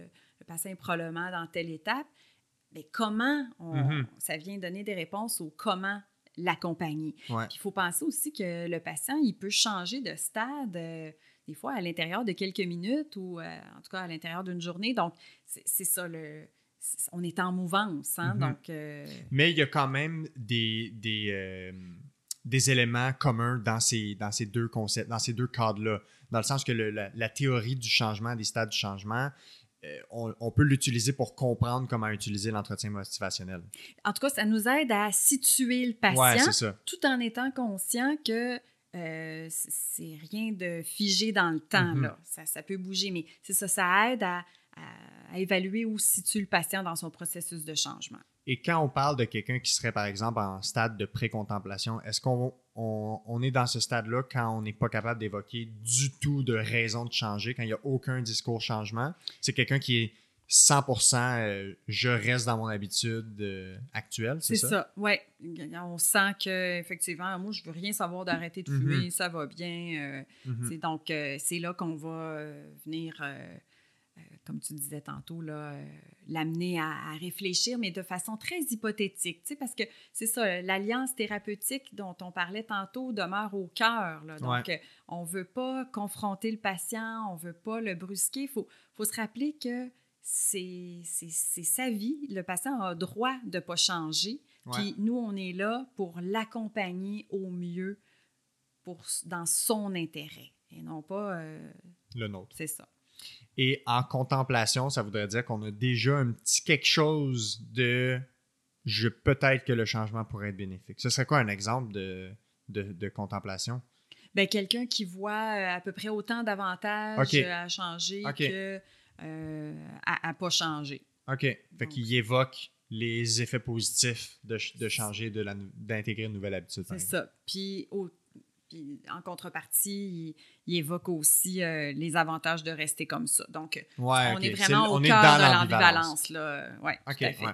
patient est probablement dans telle étape. Mais comment on, mm-hmm. ça vient donner des réponses au comment l'accompagner. Ouais. Puis il faut penser aussi que le patient, il peut changer de stade euh, des fois à l'intérieur de quelques minutes ou euh, en tout cas à l'intérieur d'une journée. Donc, c'est, c'est ça, le, c'est, on est en mouvance. Hein? Mm-hmm. Donc, euh... Mais il y a quand même des, des, euh, des éléments communs dans ces, dans ces deux concepts, dans ces deux cadres-là. Dans le sens que le, la, la théorie du changement, des stades du changement, euh, on, on peut l'utiliser pour comprendre comment utiliser l'entretien motivationnel. En tout cas, ça nous aide à situer le patient ouais, c'est ça. Tout en étant conscient que euh, c'est rien de figé dans le temps. Mm-hmm. Là. Ça, ça peut bouger, mais c'est ça, ça aide à, à, à évaluer où se situe le patient dans son processus de changement. Et quand on parle de quelqu'un qui serait, par exemple, en stade de pré-contemplation, est-ce qu'on on, on est dans ce stade-là quand on n'est pas capable d'évoquer du tout de raison de changer, quand il n'y a aucun discours changement? C'est quelqu'un qui est cent pour cent euh, je reste dans mon habitude euh, actuelle, c'est, c'est ça? C'est ça, oui. On sent qu'effectivement, moi, je ne veux rien savoir d'arrêter de fumer, mm-hmm. ça va bien. Euh, mm-hmm. Donc, euh, c'est là qu'on va euh, venir... Euh, Euh, comme tu disais tantôt, là, euh, l'amener à, à réfléchir, mais de façon très hypothétique, tu sais, parce que c'est ça, l'alliance thérapeutique dont on parlait tantôt demeure au cœur. Là, donc, ouais. euh, on ne veut pas confronter le patient, on ne veut pas le brusquer. Il faut, faut se rappeler que c'est, c'est, c'est sa vie. Le patient a droit de ne pas changer. Ouais. Puis nous, on est là pour l'accompagner au mieux pour, dans son intérêt et non pas... Euh, le nôtre. C'est ça. Et en contemplation, ça voudrait dire qu'on a déjà un petit quelque chose de je peut-être que le changement pourrait être bénéfique. Ce serait quoi un exemple de, de, de contemplation? Bien, quelqu'un qui voit à peu près autant d'avantages okay. à changer okay. que euh, à ne pas changer. OK. Fait Donc, qu'il évoque les effets positifs de, de changer, de la, d'intégrer une nouvelle habitude. C'est ça. Puis au Puis en contrepartie, il, il évoque aussi euh, les avantages de rester comme ça. Donc, ouais, on okay. est vraiment c'est, au on cœur est de l'ambivalence. Là. Ouais, OK, tout à fait. Ouais.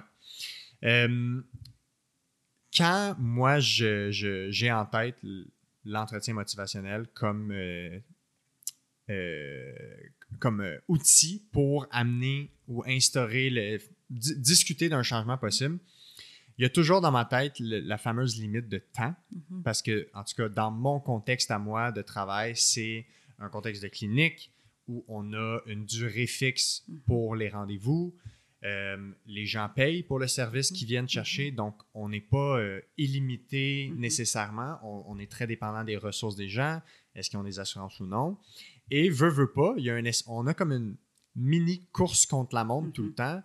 Euh, quand moi, je, je, j'ai en tête l'entretien motivationnel comme, euh, euh, comme euh, outil pour amener ou instaurer, le, d- discuter d'un changement possible, il y a toujours dans ma tête le, la fameuse limite de temps, mm-hmm. parce que, en tout cas, dans mon contexte à moi de travail, c'est un contexte de clinique où on a une durée fixe mm-hmm. pour les rendez-vous. Euh, les gens payent pour le service qu'ils viennent chercher, mm-hmm. donc on n'est pas euh, illimité mm-hmm. nécessairement. On, on est très dépendant des ressources des gens. Est-ce qu'ils ont des assurances ou non? Et veut, veut pas, il y a un, on a comme une mini course contre la montre mm-hmm. tout le temps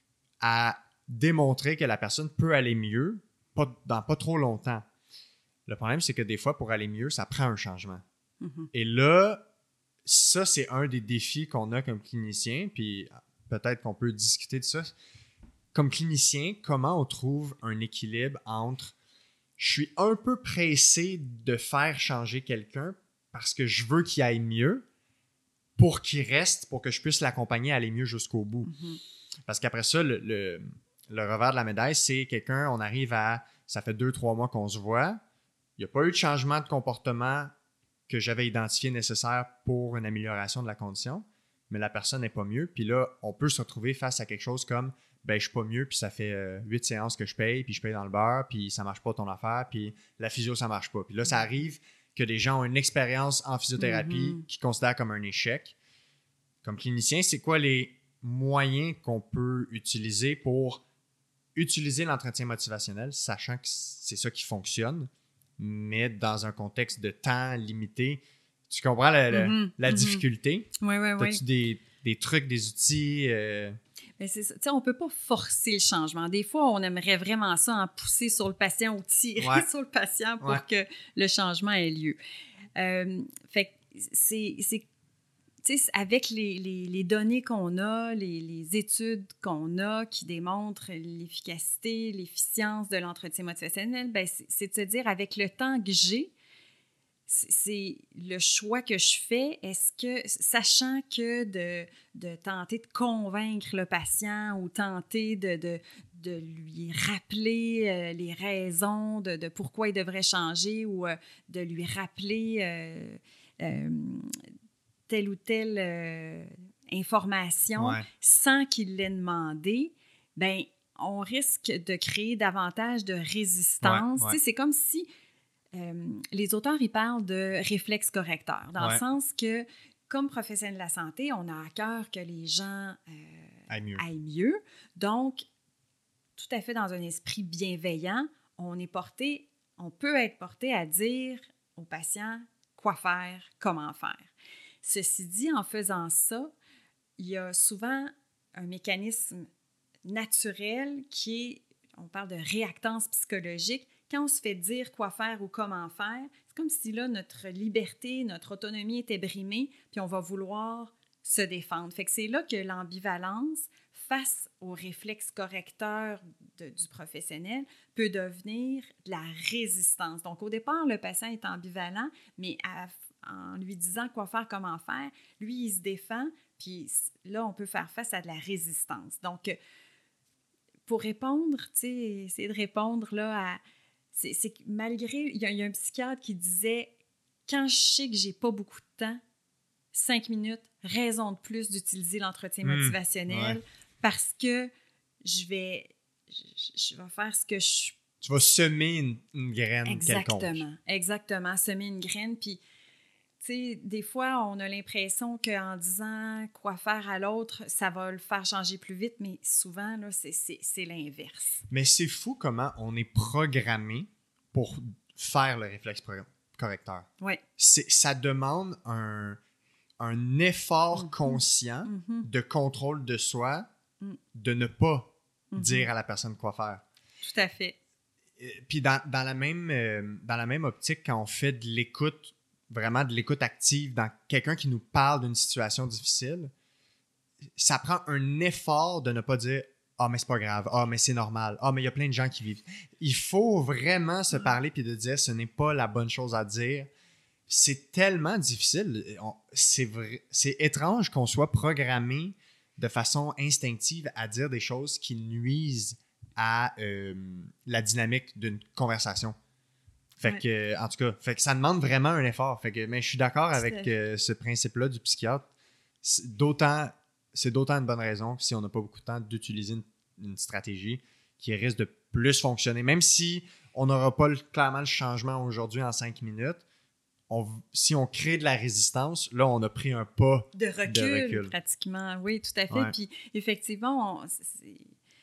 à démontrer que la personne peut aller mieux pas, dans pas trop longtemps. Le problème, c'est que des fois, pour aller mieux, ça prend un changement. Mm-hmm. Et là, ça, c'est un des défis qu'on a comme clinicien, puis peut-être qu'on peut discuter de ça. Comme clinicien, comment on trouve un équilibre entre je suis un peu pressé de faire changer quelqu'un parce que je veux qu'il aille mieux pour qu'il reste, pour que je puisse l'accompagner à aller mieux jusqu'au bout. Mm-hmm. Parce qu'après ça, le, le Le revers de la médaille, c'est quelqu'un, on arrive à, ça fait deux, trois mois qu'on se voit, il n'y a pas eu de changement de comportement que j'avais identifié nécessaire pour une amélioration de la condition, mais la personne n'est pas mieux. Puis là, on peut se retrouver face à quelque chose comme, ben je suis pas mieux, puis ça fait euh, huit séances que je paye, puis je paye dans le beurre, puis ça marche pas ton affaire, puis la physio, ça marche pas. Puis là, ça arrive que des gens ont une expérience en physiothérapie mm-hmm. qu'ils considèrent comme un échec. Comme clinicien, c'est quoi les moyens qu'on peut utiliser pour utiliser l'entretien motivationnel, sachant que c'est ça qui fonctionne, mais dans un contexte de temps limité. Tu comprends la, la, mm-hmm. la mm-hmm. difficulté? Oui, oui, oui. As-tu des, des trucs, des outils? Euh... Mais c'est ça. Tu sais, on ne peut pas forcer le changement. Des fois, on aimerait vraiment ça en pousser sur le patient ou tirer ouais. sur le patient pour ouais. que le changement ait lieu. Euh, fait que c'est... c'est Tu sais, avec les, les, les données qu'on a, les, les études qu'on a qui démontrent l'efficacité, l'efficience de l'entretien motivationnel, ben c'est, c'est de se dire, avec le temps que j'ai, c'est, c'est le choix que je fais, est-ce que, sachant que de, de tenter de convaincre le patient ou tenter de, de, de lui rappeler euh, les raisons de, de pourquoi il devrait changer ou euh, de lui rappeler... Euh, euh, telle ou telle euh, information ouais. sans qu'il l'ait demandé, ben on risque de créer davantage de résistance. Ouais, ouais. Tu sais, c'est comme si euh, les auteurs, ils parlent de réflexe correcteur, dans Ouais. le sens que, comme professionnel de la santé, on a à cœur que les gens euh, Aille mieux. aillent mieux. Donc, tout à fait dans un esprit bienveillant, on est porté, on peut être porté à dire aux patients quoi faire, comment faire. Ceci dit, en faisant ça, il y a souvent un mécanisme naturel qui est, on parle de réactance psychologique. Quand on se fait dire quoi faire ou comment faire, c'est comme si là, notre liberté, notre autonomie était brimée, puis on va vouloir se défendre. Fait que c'est là que l'ambivalence, face au réflexe correcteur de, du professionnel, peut devenir de la résistance. Donc, au départ, le patient est ambivalent, mais à, en lui disant quoi faire, comment faire, lui, il se défend, puis là, on peut faire face à de la résistance. Donc, pour répondre, tu sais, essayer de répondre là à... C'est, c'est que malgré... Il y, a, il y a un psychiatre qui disait, quand je sais que j'ai pas beaucoup de temps, cinq minutes, raison de plus d'utiliser l'entretien mmh, motivationnel ouais. parce que je vais, je, je vais faire ce que je... Tu vas semer une, une graine exactement, quelconque. Exactement, semer une graine, puis tu sais, des fois, on a l'impression qu'en disant quoi faire à l'autre, ça va le faire changer plus vite, mais souvent, là, c'est, c'est, c'est l'inverse. Mais c'est fou comment on est programmé pour faire le réflexe pro- correcteur. Oui. C'est, ça demande un, un effort mm-hmm. conscient mm-hmm. de contrôle de soi, mm. de ne pas mm-hmm. dire à la personne quoi faire. Tout à fait. Et, puis dans, dans, la même, euh, dans la même optique, quand on fait de l'écoute, vraiment de l'écoute active, dans quelqu'un qui nous parle d'une situation difficile, ça prend un effort de ne pas dire « Ah, mais c'est pas grave. Ah, mais c'est normal. Ah, mais il y a plein de gens qui vivent. » Il faut vraiment se parler puis de dire « Ce n'est pas la bonne chose à dire. » C'est tellement difficile. On, c'est, vrai, c'est étrange qu'on soit programmé de façon instinctive à dire des choses qui nuisent à euh, la dynamique d'une conversation. Fait ouais. que, en tout cas, fait que ça demande vraiment un effort. Fait que, mais je suis d'accord avec euh, ce principe-là du psychiatre. C'est d'autant, c'est d'autant une bonne raison si on n'a pas beaucoup de temps d'utiliser une, une stratégie qui risque de plus fonctionner. Même si on n'aura pas le, clairement le changement aujourd'hui en cinq minutes, on, si on crée de la résistance, là, on a pris un pas de recul, de recul. pratiquement. Oui, tout à fait. Ouais. Puis, effectivement, on, c'est,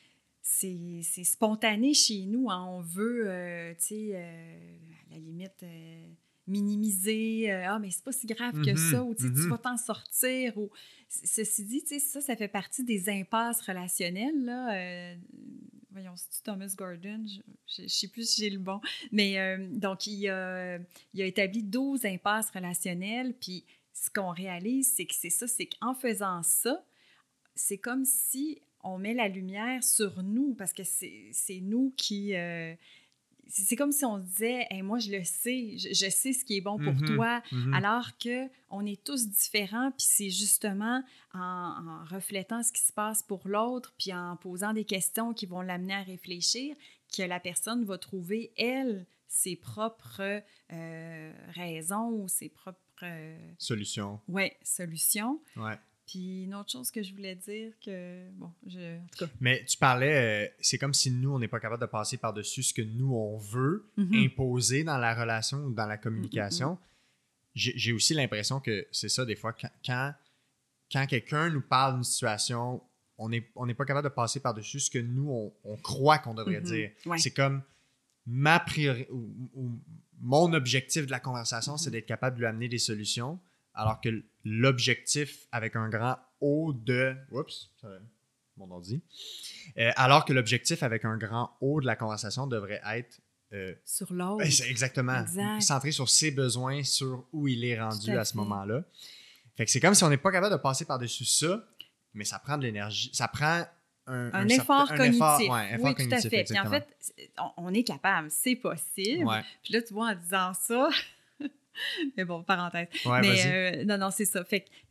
c'est, c'est spontané chez nous. Hein. On veut, euh, tu sais, euh, à la limite, euh, minimiser. Euh, ah, mais c'est pas si grave mm-hmm, que ça. Ou, tu sais, mm-hmm. tu vas t'en sortir. Ou, ceci dit, tu sais, ça, ça fait partie des impasses relationnelles, là. Euh, voyons, c'est-tu Thomas Gordon? Je ne sais plus si j'ai le bon. Mais euh, donc, il a, il a établi douze impasses relationnelles. Puis, ce qu'on réalise, c'est que c'est ça, c'est qu'en faisant ça, c'est comme si on met la lumière sur nous, parce que c'est, c'est nous qui... Euh, c'est comme si on se disait hey, « moi, je le sais, je, je sais ce qui est bon pour mm-hmm, toi mm-hmm. », alors qu'on est tous différents, puis c'est justement en, en reflétant ce qui se passe pour l'autre, puis en posant des questions qui vont l'amener à réfléchir, que la personne va trouver, elle, ses propres euh, raisons ou ses propres... Euh, solutions. Oui, solutions. Ouais. Puis une autre chose que je voulais dire que, bon, je, en tout cas. Mais tu parlais, euh, c'est comme si nous, on n'est pas capable de passer par-dessus ce que nous, on veut mm-hmm. imposer dans la relation ou dans la communication. Mm-hmm. J'ai, j'ai aussi l'impression que c'est ça, des fois, quand, quand, quand quelqu'un nous parle d'une situation, on n'est on n'est pas capable de passer par-dessus ce que nous, on, on croit qu'on devrait mm-hmm. dire. Ouais. C'est comme ma priori- ou, ou mon objectif de la conversation, mm-hmm. c'est d'être capable de lui amener des solutions. Alors que l'objectif avec un grand O de... Oups, ça va, mon ordi. Euh, alors que l'objectif avec un grand O de la conversation devrait être... Euh, sur l'autre. Ben, exactement. Exact. Centré sur ses besoins, sur où il est rendu à, à ce moment-là. Fait que c'est comme si on n'est pas capable de passer par-dessus ça, mais ça prend de l'énergie. Ça prend un... Un, un effort certain, cognitif. Un effort, ouais, effort oui, cognitif, tout à fait. exactement. Puis en fait, on, on est capable, c'est possible. Ouais. Puis là, tu vois, en disant ça... Mais bon, parenthèse. Ouais, mais vas-y. Euh, non, non, c'est ça. Fait que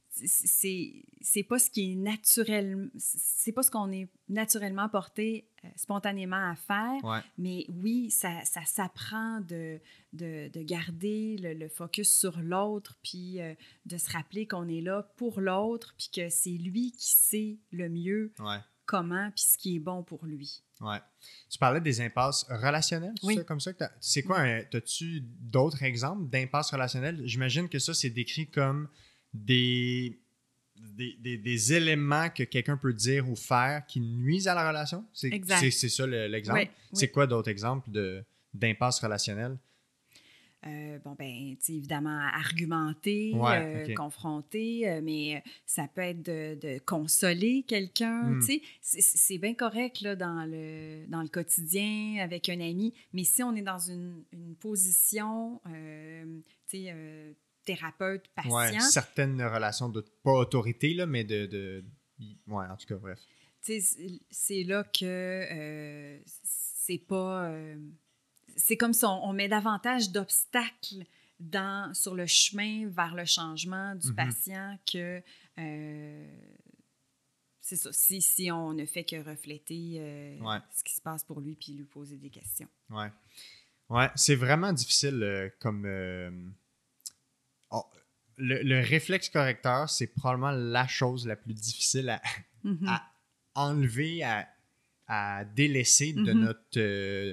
c'est, c'est pas ce qui est naturel, c'est pas ce qu'on est naturellement porté euh, spontanément à faire, Ouais. mais oui, ça, ça s'apprend de, de, de garder le, le focus sur l'autre, puis euh, de se rappeler qu'on est là pour l'autre, puis que c'est lui qui sait le mieux Ouais. comment, puis ce qui est bon pour lui. Ouais. Tu parlais des impasses relationnelles, c'est Oui. ça, comme ça que t'as... C'est quoi, un... as-tu d'autres exemples d'impasses relationnelles? J'imagine que ça, c'est décrit comme des, des, des, des éléments que quelqu'un peut dire ou faire qui nuisent à la relation. C'est, Exact. c'est, c'est ça le, l'exemple. Oui, c'est oui. quoi d'autres exemples de, d'impasses relationnelles? Euh, bon, ben, tu sais, évidemment, argumenter, Ouais, euh, ok. confronter, euh, mais ça peut être de, de consoler quelqu'un, Mm. tu sais. C'est, c'est bien correct, là, dans le, dans le quotidien, avec un ami, mais si on est dans une, une position, euh, tu sais, euh, thérapeute, patient... Ouais, certaines relations de, pas autorité, là, mais de, de... Ouais, en tout cas, bref. Tu sais, c'est là que euh, c'est pas... Euh, c'est comme si on, on met davantage d'obstacles dans, sur le chemin vers le changement du Mm-hmm. patient que euh, c'est ça, si, si on ne fait que refléter euh, Ouais. ce qui se passe pour lui puis lui poser des questions. Ouais. Ouais, c'est vraiment difficile euh, comme... Euh... Oh, le, le réflexe correcteur, c'est probablement la chose la plus difficile à, Mm-hmm. à enlever, à, à délaisser de, Mm-hmm. notre, euh,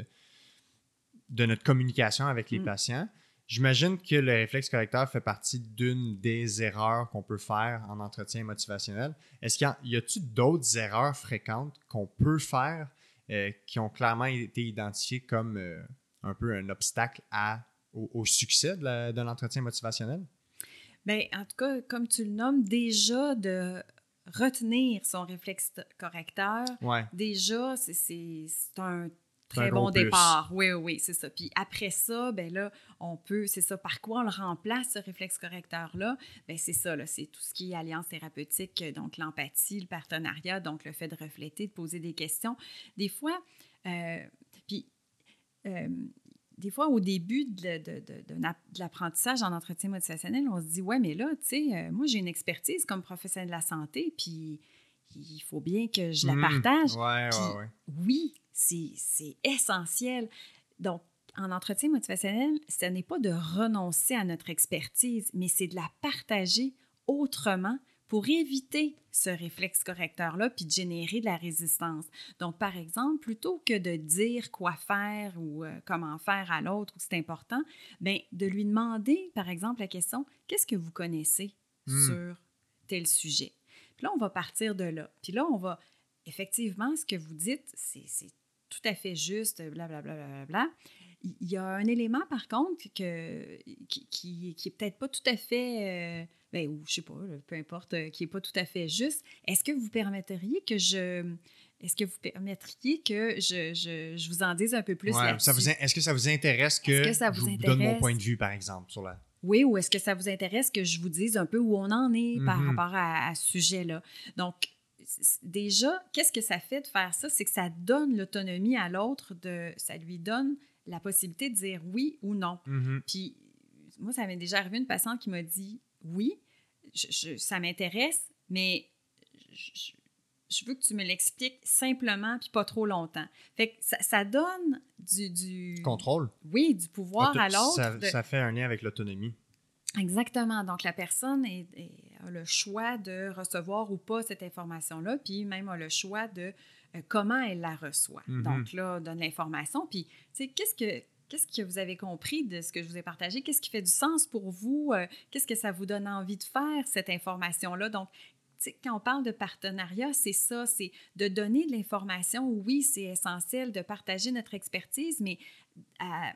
de notre communication avec les Mm. patients. J'imagine que le réflexe correcteur fait partie d'une des erreurs qu'on peut faire en entretien motivationnel. Est-ce qu'il y a, y a-t-il d'autres erreurs fréquentes qu'on peut faire euh, qui ont clairement été identifiées comme euh, un peu un obstacle à, au, au succès de, la, de l'entretien motivationnel? Bien, en tout cas, comme tu le nommes, déjà de retenir son réflexe correcteur, Ouais. déjà, c'est, c'est, c'est un C'est très un gros bon plus. départ. Oui, oui, oui, c'est ça. Puis après ça, ben là, on peut, c'est ça, par quoi on le remplace, ce réflexe correcteur-là? Bien, c'est ça, là, c'est tout ce qui est alliance thérapeutique, donc l'empathie, le partenariat, donc le fait de refléter, de poser des questions. Des fois, euh, puis... Euh, des fois, au début de, de, de, de, de l'apprentissage en entretien motivationnel, on se dit, ouais, mais là, tu sais, euh, moi, j'ai une expertise comme professionnel de la santé, puis il faut bien que je la Mmh. partage. Ouais, Puis, ouais, ouais. oui, c'est, c'est essentiel. Donc, en entretien motivationnel, ce n'est pas de renoncer à notre expertise, mais c'est de la partager autrement pour éviter ce réflexe correcteur-là puis de générer de la résistance. Donc, par exemple, plutôt que de dire quoi faire ou euh, comment faire à l'autre, ou c'est important, bien, de lui demander, par exemple, la question « Qu'est-ce que vous connaissez Mm. sur tel sujet? » Puis là, on va partir de là. Puis là, on va, effectivement, ce que vous dites, c'est, c'est tout à fait juste, blablabla, bla, bla, bla, bla. Il y a un élément, par contre, que, qui, qui, qui est peut-être pas tout à fait... Euh, ben, ou je sais pas, peu importe, euh, qui n'est pas tout à fait juste. Est-ce que vous permetteriez que je... Est-ce que vous permettriez que je, je, je vous en dise un peu plus Ouais, là-dessus? ça vous in- est-ce que ça vous intéresse que, Est-ce que ça je vous vous donne mon intéresse? point de vue, par exemple, sur la... Oui, ou est-ce que ça vous intéresse que je vous dise un peu où on en est par Mhm. rapport à, à ce sujet-là? Donc, c- déjà, qu'est-ce que ça fait de faire ça? C'est que ça donne l'autonomie à l'autre, de, ça lui donne la possibilité de dire oui ou non. Mhm. Puis, moi, ça m'est déjà arrivé une patiente qui m'a dit oui, je, je, ça m'intéresse, mais je, je veux que tu me l'expliques simplement puis pas trop longtemps. Fait que ça, ça donne du, du... Contrôle. Oui, du pouvoir Auto- à l'autre. Ça, de... ça fait un lien avec l'autonomie. Exactement. Donc, la personne est, est, a le choix de recevoir ou pas cette information-là, puis même a le choix de euh, comment elle la reçoit. Mm-hmm. Donc, là, donne l'information. Puis, tu sais, qu'est-ce que... Qu'est-ce que vous avez compris de ce que je vous ai partagé? Qu'est-ce qui fait du sens pour vous? Euh, qu'est-ce que ça vous donne envie de faire, cette information-là? Donc, tu sais, quand on parle de partenariat, c'est ça, c'est de donner de l'information. Oui, c'est essentiel de partager notre expertise, mais à,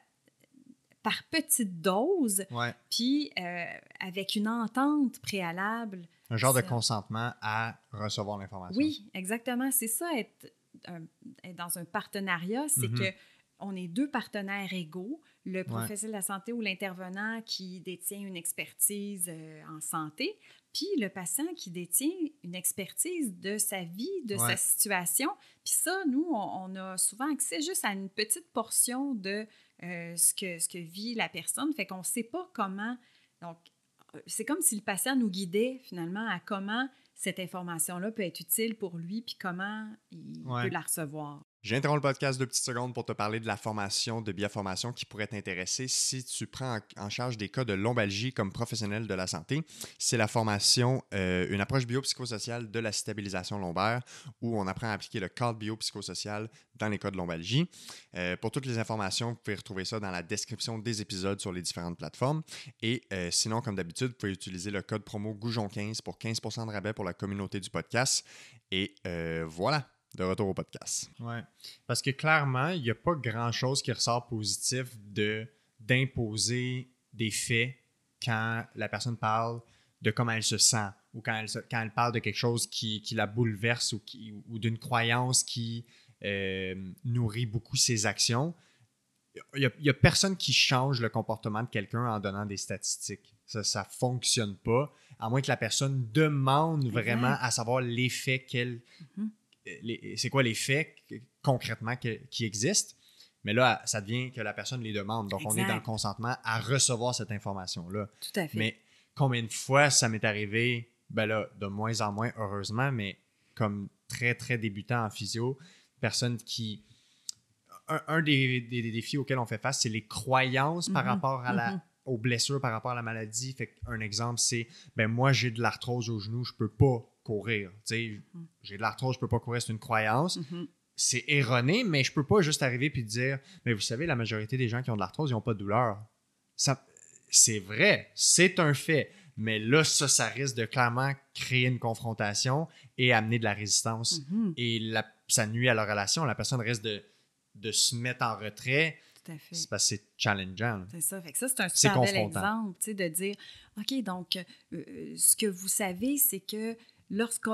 par petites doses, Ouais. puis euh, avec une entente préalable. Un genre ça. de consentement à recevoir l'information. Oui, exactement. C'est ça, être, un, être dans un partenariat, c'est Mm-hmm. que on est deux partenaires égaux, le professionnel ouais. de la santé ou l'intervenant qui détient une expertise euh, en santé, puis le patient qui détient une expertise de sa vie, de ouais. sa situation. Puis ça, nous, on, on a souvent accès juste à une petite portion de euh, ce, que, ce que vit la personne, fait qu'on ne sait pas comment... Donc, c'est comme si le patient nous guidait finalement à comment cette information-là peut être utile pour lui, puis comment il Ouais. peut la recevoir. J'interromps le podcast deux petites secondes pour te parler de la formation de Biaformation qui pourrait t'intéresser si tu prends en charge des cas de lombalgie comme professionnel de la santé. C'est la formation euh, Une approche biopsychosociale de la stabilisation lombaire où on apprend à appliquer le cadre biopsychosocial dans les cas de lombalgie. Euh, pour toutes les informations, vous pouvez retrouver ça dans la description des épisodes sur les différentes plateformes. Et euh, sinon, comme d'habitude, vous pouvez utiliser le code promo Goujon quinze pour quinze pour cent de rabais pour la communauté du podcast. Et euh, voilà! De retour au podcast. Oui, parce que clairement, il n'y a pas grand-chose qui ressort positif de, d'imposer des faits quand la personne parle de comment elle se sent ou quand elle, se, quand elle parle de quelque chose qui, qui la bouleverse ou, qui, ou d'une croyance qui euh, nourrit beaucoup ses actions. Il n'y a, a personne qui change le comportement de quelqu'un en donnant des statistiques. Ça ne fonctionne pas, à moins que la personne demande exact. Vraiment à savoir l'effet qu'elle... Mm-hmm. Les, c'est quoi les faits concrètement que, qui existent. Mais là, ça devient que la personne les demande. Donc, exact. On est dans le consentement à recevoir cette information-là. Tout à fait. Mais combien de fois ça m'est arrivé, ben là, de moins en moins, heureusement, mais comme très, très débutant en physio, personne qui... Un, un des, des, des défis auxquels on fait face, c'est les croyances mm-hmm. par rapport à la... Mm-hmm. aux blessures par rapport à la maladie. Fait un exemple, c'est ben moi, j'ai de l'arthrose au genou, je peux pas courir. T'sais, mm. J'ai de l'arthrose, je peux pas courir, c'est une croyance. Mm-hmm. C'est erroné, mais je peux pas juste arriver puis dire mais vous savez, la majorité des gens qui ont de l'arthrose, ils n'ont pas de douleur. Ça, c'est vrai, c'est un fait. Mais là, ça, ça risque de clairement créer une confrontation et amener de la résistance. Mm-hmm. Et la, ça nuit à la relation. La personne risque de, de se mettre en retrait. Tout à fait. C'est parce que c'est challengeant. C'est ça. Fait que ça, c'est un super bel exemple, tu sais, de dire, OK, donc, euh, ce que vous savez, c'est que lorsqu'on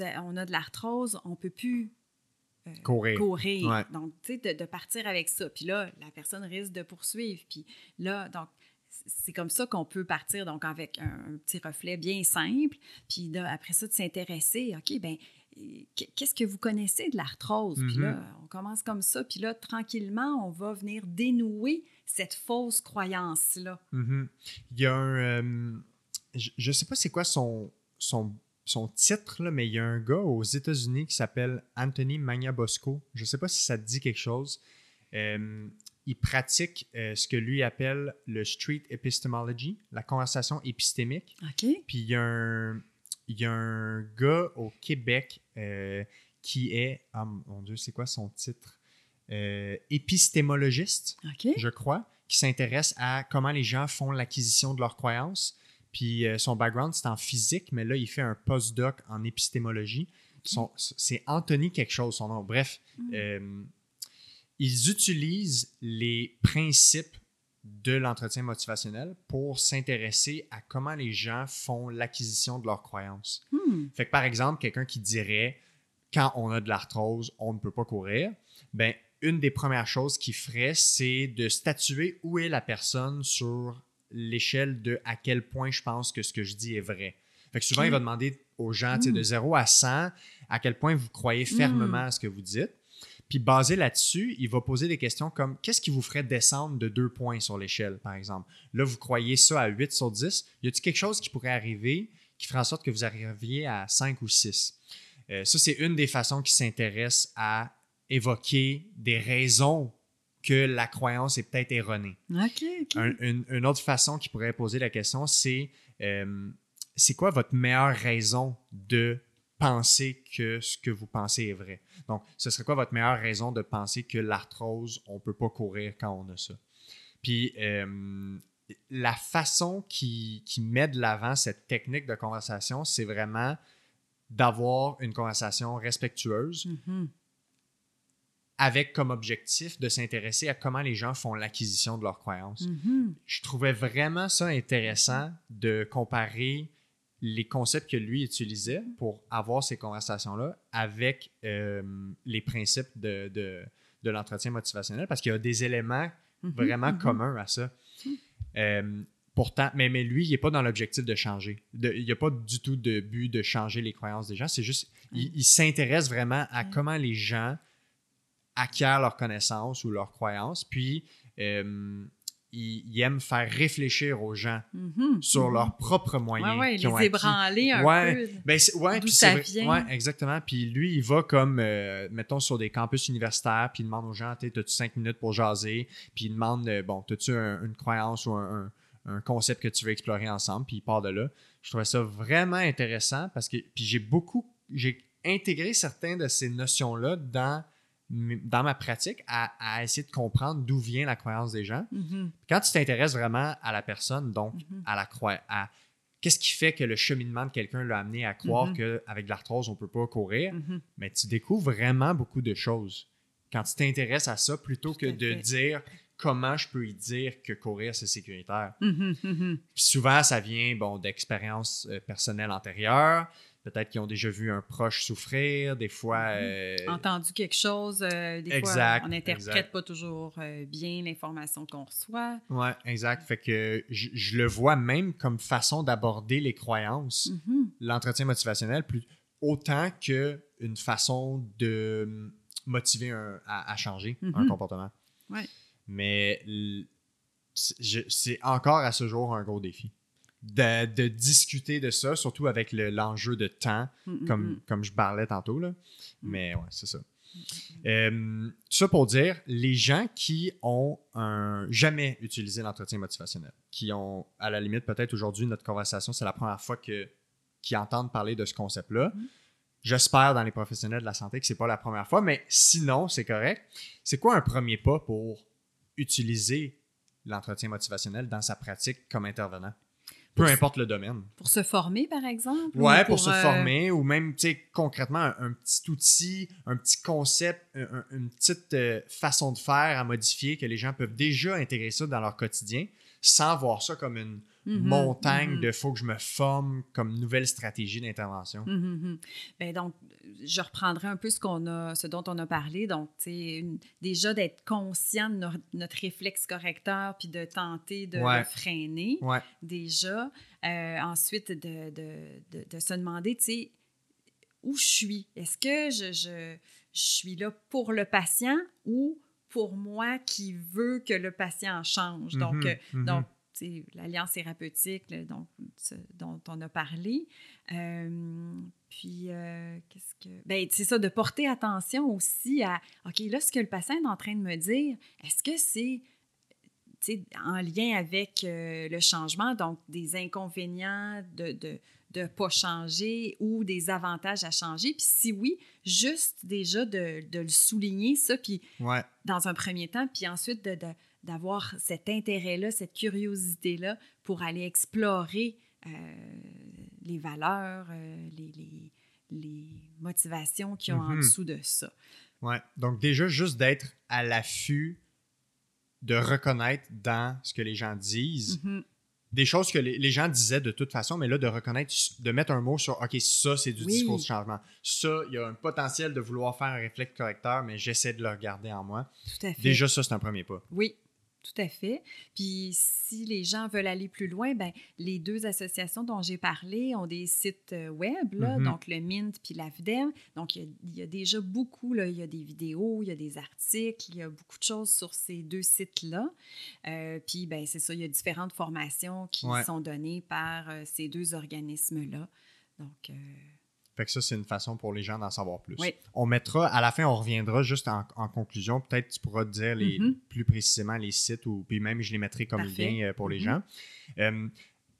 a de l'arthrose, on ne peut plus euh, courir. courir. Ouais. Donc, tu sais, de, de partir avec ça. Puis là, la personne risque de poursuivre. Puis là, donc, c'est comme ça qu'on peut partir, donc, avec un, un petit reflet bien simple. Puis là, après ça, de s'intéresser, OK, bien, qu'est-ce que vous connaissez de l'arthrose? Mm-hmm. Puis là, on commence comme ça. Puis là, tranquillement, on va venir dénouer cette fausse croyance-là. Mm-hmm. Il y a un... Euh, je ne sais pas c'est quoi son, son, son titre, là, mais il y a un gars aux États-Unis qui s'appelle Anthony Magnabosco. Je ne sais pas si ça te dit quelque chose. Euh, il pratique euh, ce que lui appelle le street epistemology, la conversation épistémique. OK. Puis il y a un... Il y a un gars au Québec euh, qui est, oh mon Dieu, c'est quoi son titre? Euh, épistémologiste, okay. je crois, qui s'intéresse à comment les gens font l'acquisition de leurs croyances. Puis euh, son background, c'est en physique, mais là, il fait un postdoc en épistémologie. Okay. Son, c'est Anthony quelque chose, son nom. Bref, mm. euh, ils utilisent les principes de l'entretien motivationnel pour s'intéresser à comment les gens font l'acquisition de leurs croyances. Hmm. Fait que par exemple, quelqu'un qui dirait quand on a de l'arthrose, on ne peut pas courir, ben une des premières choses qu'il ferait, c'est de statuer où est la personne sur l'échelle de à quel point je pense que ce que je dis est vrai. Fait que souvent, hmm. il va demander aux gens hmm. de zéro à cent à quel point vous croyez fermement hmm. à ce que vous dites. Puis basé là-dessus, il va poser des questions comme qu'est-ce qui vous ferait descendre de deux points sur l'échelle, par exemple? Là, vous croyez ça à huit sur dix. Y a-t-il quelque chose qui pourrait arriver qui ferait en sorte que vous arriviez à cinq ou six? Euh, ça, c'est une des façons qui s'intéresse à évoquer des raisons que la croyance est peut-être erronée. OK, OK. Un, une, une autre façon qui pourrait poser la question, c'est euh, c'est quoi votre meilleure raison de penser que ce que vous pensez est vrai. Donc, ce serait quoi votre meilleure raison de penser que l'arthrose, on ne peut pas courir quand on a ça? Puis, euh, la façon qui, qui met de l'avant cette technique de conversation, c'est vraiment d'avoir une conversation respectueuse mm-hmm. avec comme objectif de s'intéresser à comment les gens font l'acquisition de leurs croyances. Mm-hmm. Je trouvais vraiment ça intéressant de comparer les concepts que lui utilisait pour avoir ces conversations-là avec euh, les principes de, de, de l'entretien motivationnel parce qu'il y a des éléments mm-hmm, vraiment mm-hmm. communs à ça. Mm-hmm. Euh, pourtant, mais, mais lui, il n'est pas dans l'objectif de changer. De, il n'y a pas du tout de but de changer les croyances des gens. C'est juste, mm-hmm. il, il s'intéresse vraiment à mm-hmm. comment les gens acquièrent leurs connaissances ou leurs croyances, puis euh, ils, ils aiment faire réfléchir aux gens mm-hmm, sur mm-hmm. leurs propres moyens. Ouais, ouais, qu'ils les ont acquis. ébranler un ouais, peu. Ben ouais, d'où puis ça c'est, vient. Ouais, exactement. Puis lui, il va comme, euh, mettons, sur des campus universitaires, puis il demande aux gens, tu as-tu cinq minutes pour jaser? Puis il demande, euh, bon, as-tu un, une croyance ou un, un, un concept que tu veux explorer ensemble? Puis il part de là. Je trouvais ça vraiment intéressant parce que, puis j'ai beaucoup, j'ai intégré certaines de ces notions-là dans, dans ma pratique à, à essayer de comprendre d'où vient la croyance des gens. Mm-hmm. Quand tu t'intéresses vraiment à la personne, donc mm-hmm. à la croyance, à qu'est-ce qui fait que le cheminement de quelqu'un l'a amené à croire mm-hmm. qu'avec de l'arthrose, on ne peut pas courir, mm-hmm. mais tu découvres vraiment beaucoup de choses quand tu t'intéresses à ça plutôt que de dire comment je peux y dire que courir, c'est sécuritaire. Mm-hmm. Mm-hmm. Puis souvent, ça vient bon, d'expériences euh, personnelles antérieures. Peut-être qu'ils ont déjà vu un proche souffrir, des fois... Euh... Entendu quelque chose, euh, des exact, fois, on n'interprète exact. pas toujours euh, bien l'information qu'on reçoit. Oui, exact. Fait que je, je le vois même comme façon d'aborder les croyances, mm-hmm. l'entretien motivationnel, plus, autant qu'une façon de motiver un, à, à changer mm-hmm. un comportement. Ouais. Mais je, c'est encore à ce jour un gros défi. De, de discuter de ça, surtout avec le, l'enjeu de temps, mm-hmm. comme, comme je parlais tantôt. Là. Mm-hmm. Mais ouais, c'est ça. Mm-hmm. Euh, tout ça pour dire, les gens qui ont un, jamais utilisé l'entretien motivationnel, qui ont, à la limite, peut-être aujourd'hui, notre conversation, c'est la première fois que, qu'ils entendent parler de ce concept-là. Mm-hmm. J'espère dans les professionnels de la santé que ce n'est pas la première fois, mais sinon, c'est correct. C'est quoi un premier pas pour utiliser l'entretien motivationnel dans sa pratique comme intervenant? Peu pour importe le domaine. Pour se former, par exemple? Ouais, pour, pour se euh... former ou même, tu sais, concrètement, un, un petit outil, un petit concept, un, une petite euh, façon de faire à modifier que les gens peuvent déjà intégrer ça dans leur quotidien sans voir ça comme une mm-hmm, montagne mm-hmm. de « faut que je me forme » comme nouvelle stratégie d'intervention. Mm-hmm. Bien, donc, je reprendrai un peu ce, qu'on a, ce dont on a parlé. Donc, tu sais, déjà d'être conscient de notre, notre réflexe correcteur puis de tenter de ouais. le freiner, ouais. déjà. Euh, ensuite, de, de, de, de se demander, tu sais, où je suis. Est-ce que je, je, je suis là pour le patient ou pour moi qui veut que le patient change? Mm-hmm, donc, mm-hmm. donc l'alliance thérapeutique là, donc, ce, dont on a parlé. Euh, puis, euh, qu'est-ce que... Ben, c'est ça, de porter attention aussi à, OK, là, ce que le patient est en train de me dire, est-ce que c'est en lien avec euh, le changement, donc des inconvénients de de de ne pas changer ou des avantages à changer? Puis si oui, juste déjà de, de le souligner, ça, puis ouais. dans un premier temps, puis ensuite de, de d'avoir cet intérêt-là, cette curiosité-là pour aller explorer euh, les valeurs, euh, les, les, les motivations qui ont mm-hmm. en dessous de ça. Oui, donc déjà, juste d'être à l'affût, de reconnaître dans ce que les gens disent, mm-hmm. des choses que les, les gens disaient de toute façon, mais là, de reconnaître, de mettre un mot sur « OK, ça, c'est du oui. discours de changement. Ça, il y a un potentiel de vouloir faire un réflexe correcteur, mais j'essaie de le regarder en moi. » Tout à fait. Déjà, ça, c'est un premier pas. Oui. Tout à fait. Puis si les gens veulent aller plus loin, ben les deux associations dont j'ai parlé ont des sites web, là, mm-hmm. donc le Mint puis l'AFDEM. Donc, il y, a, il y a déjà beaucoup, là, il y a des vidéos, il y a des articles, il y a beaucoup de choses sur ces deux sites-là. Euh, puis, ben c'est ça, il y a différentes formations qui ouais. sont données par euh, ces deux organismes-là. Donc... Euh... Fait que ça, c'est une façon pour les gens d'en savoir plus. Oui. On mettra, à la fin, on reviendra juste en, en conclusion. Peut-être tu pourras dire les, mm-hmm. plus précisément les sites, ou puis même je les mettrai comme Parfait. lien pour mm-hmm. les gens. Euh,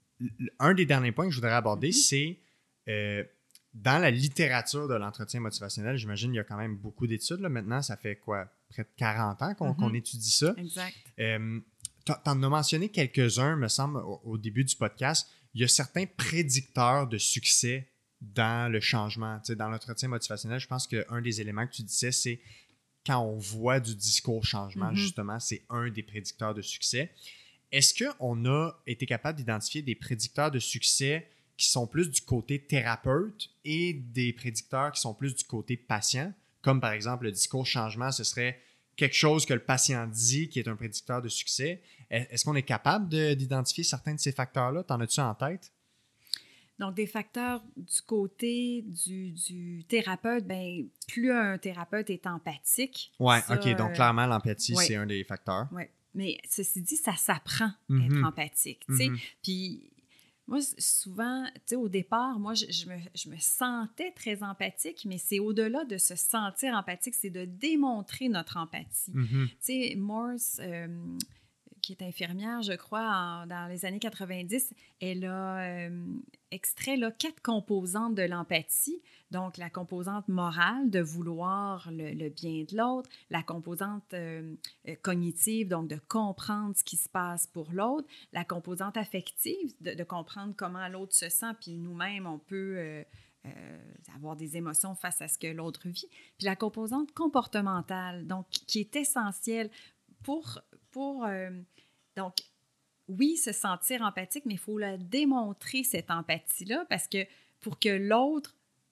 un des derniers points que je voudrais aborder, mm-hmm. c'est euh, dans la littérature de l'entretien motivationnel, j'imagine qu'il y a quand même beaucoup d'études. Là. Maintenant, ça fait quoi? Près de quarante ans qu'on, mm-hmm. qu'on étudie ça. Exact. Euh, T'en as mentionné quelques-uns, me semble, au, au début du podcast. Il y a certains prédicteurs de succès dans le changement. Tu sais, dans l'entretien motivationnel, je pense qu'un des éléments que tu disais, c'est quand on voit du discours changement, mm-hmm. justement, c'est un des prédicteurs de succès. Est-ce qu'on a été capable d'identifier des prédicteurs de succès qui sont plus du côté thérapeute et des prédicteurs qui sont plus du côté patient? Comme par exemple, le discours changement, ce serait quelque chose que le patient dit qui est un prédicteur de succès. Est-ce qu'on est capable de, d'identifier certains de ces facteurs-là? T'en as-tu en tête? Donc, des facteurs du côté du, du thérapeute, bien, plus un thérapeute est empathique. Oui, ça, OK. Donc, euh, clairement, l'empathie, ouais. c'est un des facteurs. Oui. mais ceci dit, ça s'apprend Mm-hmm. être empathique, tu sais. Mm-hmm. Puis moi, souvent, tu sais, au départ, moi, je, je, me, je me sentais très empathique, mais c'est au-delà de se sentir empathique, c'est de démontrer notre empathie. Mm-hmm. Tu sais, Morse, euh, qui est infirmière, je crois, en, dans les années quatre-vingt-dix, elle a euh, extrait là, quatre composantes de l'empathie. Donc, la composante morale, de vouloir le, le bien de l'autre, la composante euh, cognitive, donc de comprendre ce qui se passe pour l'autre, la composante affective, de, de comprendre comment l'autre se sent, puis nous-mêmes, on peut euh, euh, avoir des émotions face à ce que l'autre vit, puis la composante comportementale, donc qui est essentielle pour... pour euh, donc, oui, se sentir empathique, mais il faut la démontrer, cette empathie-là, parce que pour que l'autre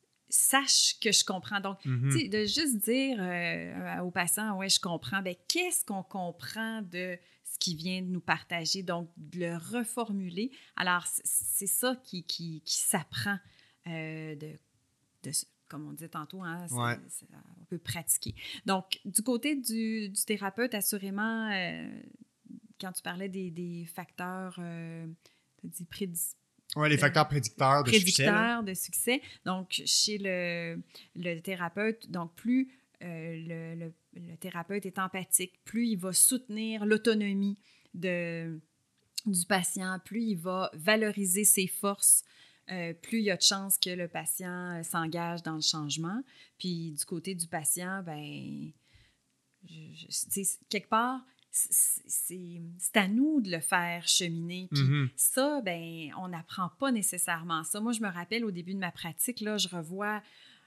sache que je comprends. Donc, Mm-hmm. tu sais, de juste dire euh, aux patients, ouais, je comprends, bien, qu'est-ce qu'on comprend de ce qu'il vient de nous partager? Donc, de le reformuler. Alors, c'est ça qui, qui, qui s'apprend euh, de, de, comme on disait tantôt, hein, ouais. on peut pratiquer. Donc, du côté du, du thérapeute, assurément, euh, quand tu parlais des, des facteurs, euh, tu as dit prédis Oui, les facteurs prédicteurs de prédicteurs succès. de succès. Donc, chez le, le thérapeute, donc plus euh, le, le, le thérapeute est empathique, plus il va soutenir l'autonomie de, du patient, plus il va valoriser ses forces, euh, plus il y a de chances que le patient euh, s'engage dans le changement. Puis, du côté du patient, ben, je, je, quelque part, c'est à nous de le faire cheminer. Puis mm-hmm. ça, ben, on n'apprend pas nécessairement ça. Moi, je me rappelle au début de ma pratique, là, je revois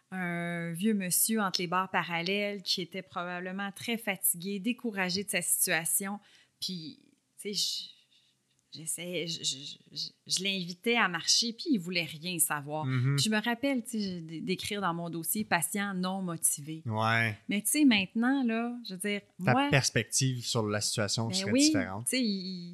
un vieux monsieur entre les barres parallèles qui était probablement très fatigué, découragé de sa situation. Puis, tu sais, j'essayais, je, je, je, je l'invitais à marcher, puis il voulait rien savoir. Mm-hmm. Puis je me rappelle, tu sais, d'écrire dans mon dossier « patient non motivé ». Ouais. Mais tu sais, maintenant, là, je veux dire, Ta moi... perspective sur la situation ben serait oui, différente. Tu sais, il,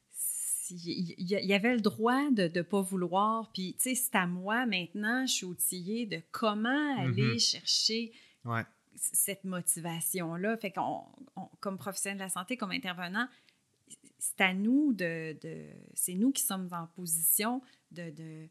il, il, il avait le droit de ne pas vouloir, puis tu sais, c'est à moi, maintenant, je suis outillée de comment aller Mm-hmm. chercher... Ouais. cette motivation-là. Fait qu'on, on, comme professionnel de la santé, comme intervenant, c'est à nous de, de... C'est nous qui sommes en position de... de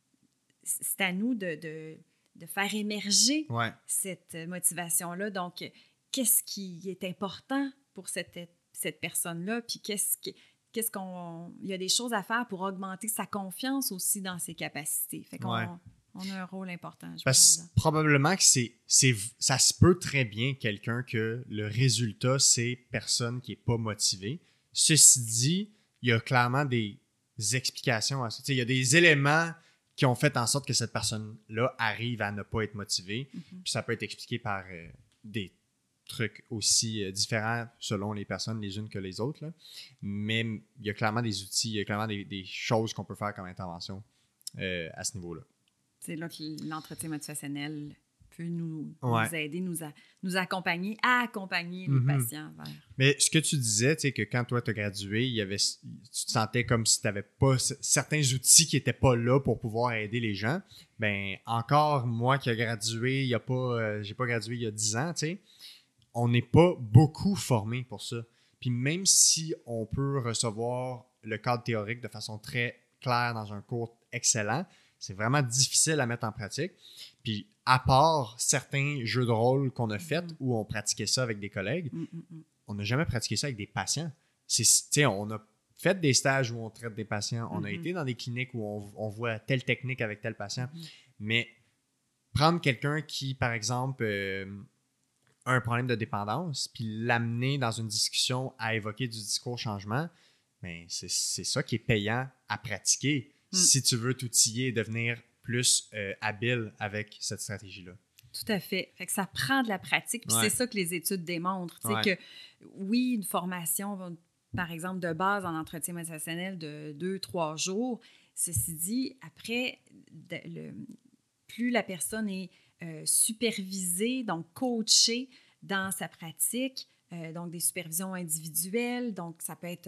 c'est à nous de, de, de faire émerger ouais. cette motivation-là. Donc, qu'est-ce qui est important pour cette, cette personne-là? Puis qu'est-ce qui... Qu'est-ce qu'on... Il y a des choses à faire pour augmenter sa confiance aussi dans ses capacités. Fait qu'on... Ouais. On a un rôle important. Je Parce probablement que c'est, c'est, ça se peut très bien quelqu'un que le résultat, c'est personne qui n'est pas motivée. Ceci dit, il y a clairement des explications à ça. T'sais, il y a des éléments qui ont fait en sorte que cette personne-là arrive à ne pas être motivée. Mm-hmm. Puis ça peut être expliqué par euh, des trucs aussi euh, différents selon les personnes les unes que les autres. Là. Mais il y a clairement des outils, il y a clairement des, des choses qu'on peut faire comme intervention euh, à ce niveau-là. C'est là que l'entretien motivationnel peut nous, ouais. nous aider, nous, a, nous accompagner, à accompagner les mm-hmm. patients vers... Mais ce que tu disais, tu sais, que quand toi, tu as gradué, il y avait, tu te sentais comme si tu n'avais pas certains outils qui n'étaient pas là pour pouvoir aider les gens. Bien, encore, moi qui ai gradué, il y a pas, euh, j'ai pas gradué il y a dix ans, tu sais, on n'est pas beaucoup formé pour ça. Puis même si on peut recevoir le cadre théorique de façon très claire dans un cours excellent, c'est vraiment difficile à mettre en pratique. Puis, à part certains jeux de rôle qu'on a faits mm-hmm. où on pratiquait ça avec des collègues, mm-hmm. on n'a jamais pratiqué ça avec des patients. C'est, on a fait des stages où on traite des patients, on mm-hmm. a été dans des cliniques où on, on voit telle technique avec tel patient, mm-hmm. mais prendre quelqu'un qui, par exemple, euh, a un problème de dépendance, puis l'amener dans une discussion à évoquer du discours changement, ben c'est, c'est ça qui est payant à pratiquer. Mm. Si tu veux t'outiller et devenir plus euh, habile avec cette stratégie-là. Tout à fait. Fait que ça prend de la pratique, puis ouais. c'est ça que les études démontrent. Ouais. Que oui, une formation, par exemple, de base en entretien motivationnel de deux, trois jours, ceci dit, après, de, le, plus la personne est euh, supervisée, donc coachée dans sa pratique, Euh, donc, des supervisions individuelles. Donc, ça peut être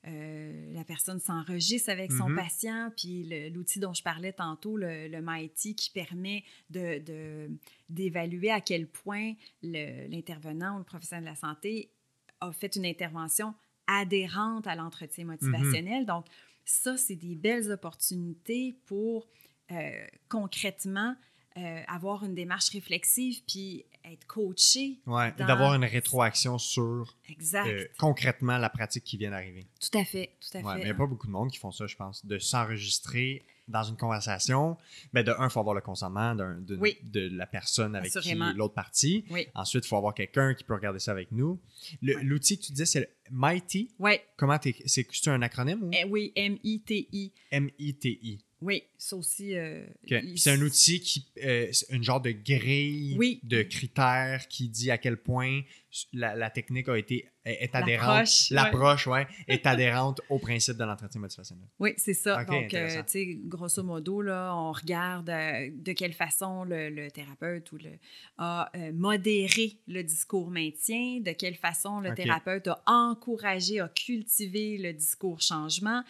euh, la personne s'enregistre avec mm-hmm. son patient, puis le, l'outil dont je parlais tantôt, le, le Mighty, qui permet de, de, d'évaluer à quel point le, l'intervenant ou le professionnel de la santé a fait une intervention adhérentes à l'entretien motivationnel. Mm-hmm. Donc, ça, c'est des belles opportunités pour euh, concrètement euh, avoir une démarche réflexive puis être coaché. Oui, dans... d'avoir une rétroaction sur exact. Euh, concrètement la pratique qui vient d'arriver. Tout à fait, tout à ouais, fait. Mais il n'y a pas beaucoup de monde qui font ça, je pense, de s'enregistrer dans une conversation. Ben de un, il faut avoir le consentement de, oui. de la personne avec Assurément. qui l'autre partie. Oui. Ensuite, il faut avoir quelqu'un qui peut regarder ça avec nous. Le, ouais. L'outil que tu disais, c'est le Mighty. Oui. Comment t'es, c'est, c'est un acronyme? Ou? Eh, oui, M I T I. M I T I. Oui, ça aussi... Euh, okay. il... C'est un outil qui... Euh, c'est une genre de grille oui. de critères qui dit à quel point la, la technique a été, est adhérente. L'approche. L'approche, ouais. ouais est adhérente au principe de l'entretien motivationnel. Oui, c'est ça. Okay, donc, euh, tu sais, grosso modo, là, on regarde euh, de quelle façon le, le thérapeute ou le, a euh, modéré le discours maintien, de quelle façon le okay. thérapeute a encouragé, a cultivé le discours changement,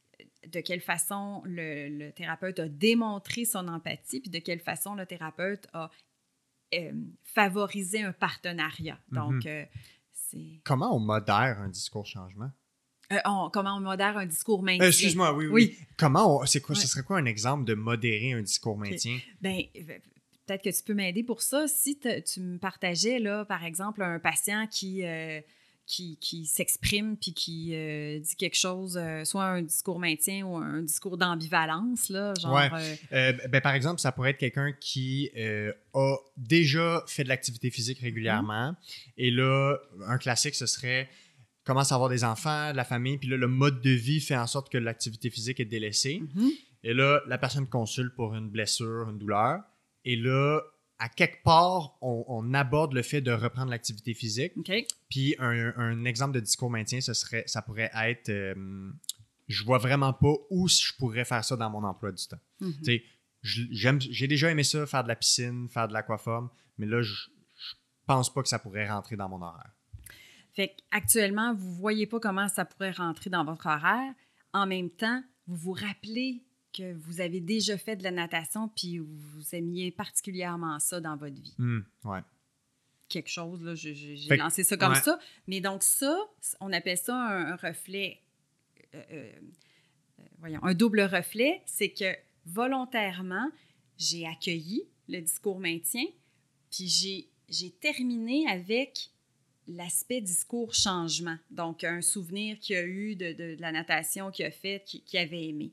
de quelle façon le, le thérapeute a démontré son empathie, puis de quelle façon le thérapeute a euh, favorisé un partenariat. Donc, mm-hmm. euh, c'est... Comment on modère un discours changement? Euh, on, comment on modère un discours maintien? Euh, excuse-moi, oui, oui. oui. Comment on, c'est quoi, ouais. Ce serait quoi un exemple de modérer un discours maintien? Okay. Bien, peut-être que tu peux m'aider pour ça. Si tu me partageais, là, par exemple, un patient qui... Euh, Qui, qui s'exprime puis qui euh, dit quelque chose, euh, soit un discours maintien ou un discours d'ambivalence, là, genre... Ouais. Euh... Euh, ben, par exemple, ça pourrait être quelqu'un qui euh, a déjà fait de l'activité physique régulièrement. Mmh. Et là, un classique, ce serait commence à avoir des enfants, de la famille, puis là, le mode de vie fait en sorte que l'activité physique est délaissée. Mmh. Et là, la personne consulte pour une blessure, une douleur. Et là... à quelque part, on, on aborde le fait de reprendre l'activité physique. Okay. Puis un, un exemple de discours maintien, ce serait, ça pourrait être euh, je vois vraiment pas où je pourrais faire ça dans mon emploi du temps. Mm-hmm. Tu sais, j'aime, j'ai déjà aimé ça, faire de la piscine, faire de l'aquaforme, mais là, je, je pense pas que ça pourrait rentrer dans mon horaire. Fait qu'actuellement, vous voyez pas comment ça pourrait rentrer dans votre horaire. En même temps, vous vous rappelez que vous avez déjà fait de la natation puis vous aimiez particulièrement ça dans votre vie. Mmh, ouais. Quelque chose, là, j'ai, j'ai fait, lancé ça comme ouais. ça. Mais donc ça, on appelle ça un, un reflet, euh, euh, voyons, un double reflet, c'est que volontairement, j'ai accueilli le discours maintien puis j'ai, j'ai terminé avec l'aspect discours changement. Donc, un souvenir qu'il y a eu de, de, de la natation qu'il a fait, qu'il, qu'il avait aimé.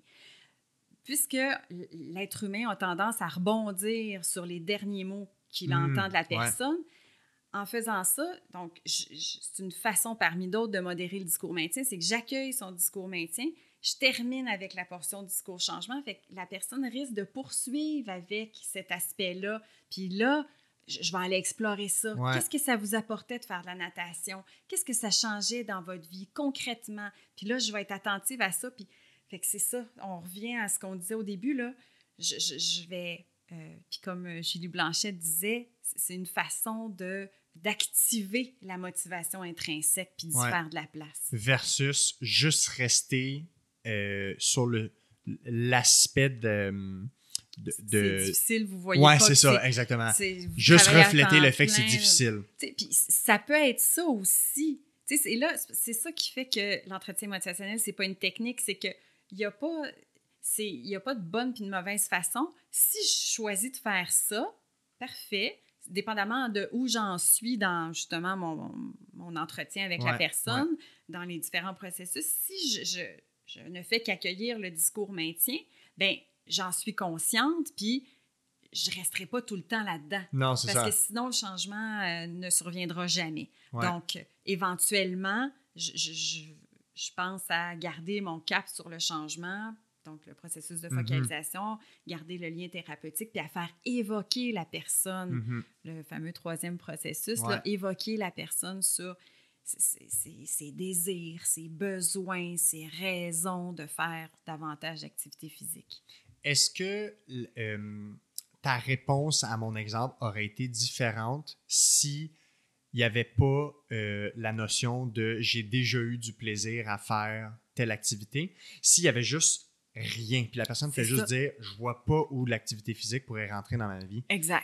Puisque l'être humain a tendance à rebondir sur les derniers mots qu'il mmh, entend de la personne, ouais. En faisant ça, donc je, je, c'est une façon parmi d'autres de modérer le discours maintien, c'est que j'accueille son discours maintien, je termine avec la portion discours changement, fait que la personne risque de poursuivre avec cet aspect-là, puis là, je, je vais aller explorer ça. Ouais. Qu'est-ce que ça vous apportait de faire de la natation? Qu'est-ce que ça changeait dans votre vie concrètement? Puis là, je vais être attentive à ça, puis fait que c'est ça, on revient à ce qu'on disait au début, là. Je, je, je vais, euh, puis comme Julie Blanchette disait, c'est une façon de, d'activer la motivation intrinsèque puis d'y ouais. faire de la place. Versus juste rester euh, sur le, l'aspect de... de, de... C'est difficile, vous voyez ouais, pas. c'est ça, c'est, exactement. C'est, juste refléter le fait plein, que c'est difficile. Puis ça peut être ça aussi. C'est, là, c'est ça qui fait que l'entretien motivationnel, c'est pas une technique, c'est que il n'y a pas, c'est, il y a pas de bonne puis de mauvaise façon. Si je choisis de faire ça, parfait, dépendamment de où j'en suis dans justement mon, mon entretien avec ouais, la personne, ouais. dans les différents processus, si je, je, je ne fais qu'accueillir le discours maintien, bien, j'en suis consciente, puis je ne resterai pas tout le temps là-dedans. Non, c'est parce ça. Parce que sinon, le changement euh, ne surviendra jamais. Ouais. Donc, euh, éventuellement, je, je, je Je pense à garder mon cap sur le changement, donc le processus de focalisation, mm-hmm. garder le lien thérapeutique, puis à faire évoquer la personne, mm-hmm. le fameux troisième processus, ouais. là, évoquer la personne sur ses, ses, ses désirs, ses besoins, ses raisons de faire davantage d'activité physique. Est-ce que euh, ta réponse à mon exemple aurait été différente si il n'y avait pas euh, la notion de « j'ai déjà eu du plaisir à faire telle activité ». S'il y avait juste rien, puis la personne fait juste dire « je vois pas où l'activité physique pourrait rentrer dans ma vie ». Exact.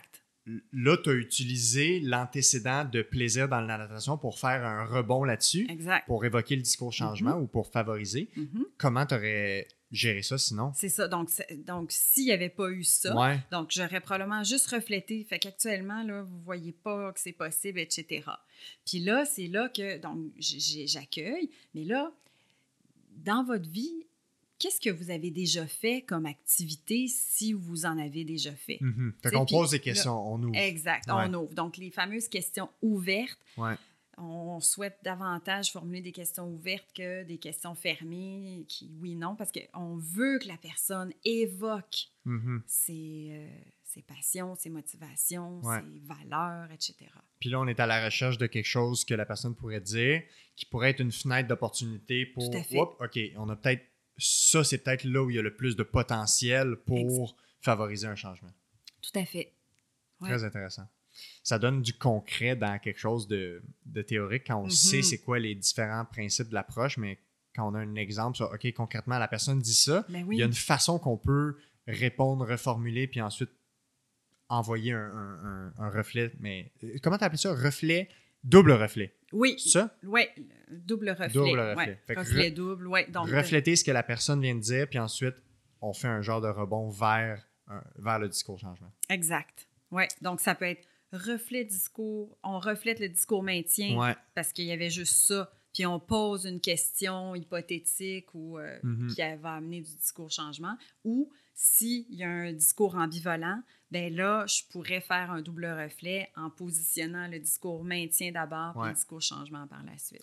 là, tu as utilisé l'antécédent de plaisir dans la natation pour faire un rebond là-dessus, Exact. pour évoquer le discours changement Mm-hmm. ou pour favoriser. Mm-hmm. Comment tu aurais géré ça sinon? C'est ça. Donc, c'est, donc s'il n'y avait pas eu ça, Ouais. donc j'aurais probablement juste reflété. Fait qu'actuellement, là, vous ne voyez pas que c'est possible, et cetera. Puis là, c'est là que donc j'ai, j'accueille. Mais là, dans votre vie, qu'est-ce que vous avez déjà fait comme activité si vous en avez déjà fait? Mm-hmm. Fait T'sais, qu'on puis pose des là- questions, on ouvre. Exact, Ouais. on ouvre. Donc, les fameuses questions ouvertes. Ouais. On souhaite davantage formuler des questions ouvertes que des questions fermées, qui oui, non, parce qu'on veut que la personne évoque Mm-hmm. ses, euh, ses passions, ses motivations, Ouais. ses valeurs, et cetera. Puis là, on est à la recherche de quelque chose que la personne pourrait dire, qui pourrait être une fenêtre d'opportunité pour... Tout à fait. Oups, OK, on a peut-être... Ça, c'est peut-être là où il y a le plus de potentiel pour favoriser un changement. Tout à fait. Ouais. Très intéressant. Ça donne du concret dans quelque chose de, de théorique quand on Mhm. sait c'est quoi les différents principes de l'approche, mais quand on a un exemple sur, OK, concrètement, la personne dit ça, Ben oui. il y a une façon qu'on peut répondre, reformuler, puis ensuite envoyer un, un- un- un reflet. Mais euh, comment tu appelles ça? Reflet, double reflet. Oui, C'est ça? oui, double reflet. Double reflet. Ouais. Fait que Reflet re- double, oui. Donc, Refléter ce que la personne vient de dire, puis ensuite, on fait un genre de rebond vers, un- vers le discours changement. exact. Oui, donc ça peut être reflet discours, on reflète le discours maintien Ouais. parce qu'il y avait juste ça, puis on pose une question hypothétique ou euh, Mhm. qui va amener du discours changement, ou s'il y a un discours ambivalent, ben là, je pourrais faire un double reflet en positionnant le discours maintien d'abord, puis Ouais. le discours changement par la suite.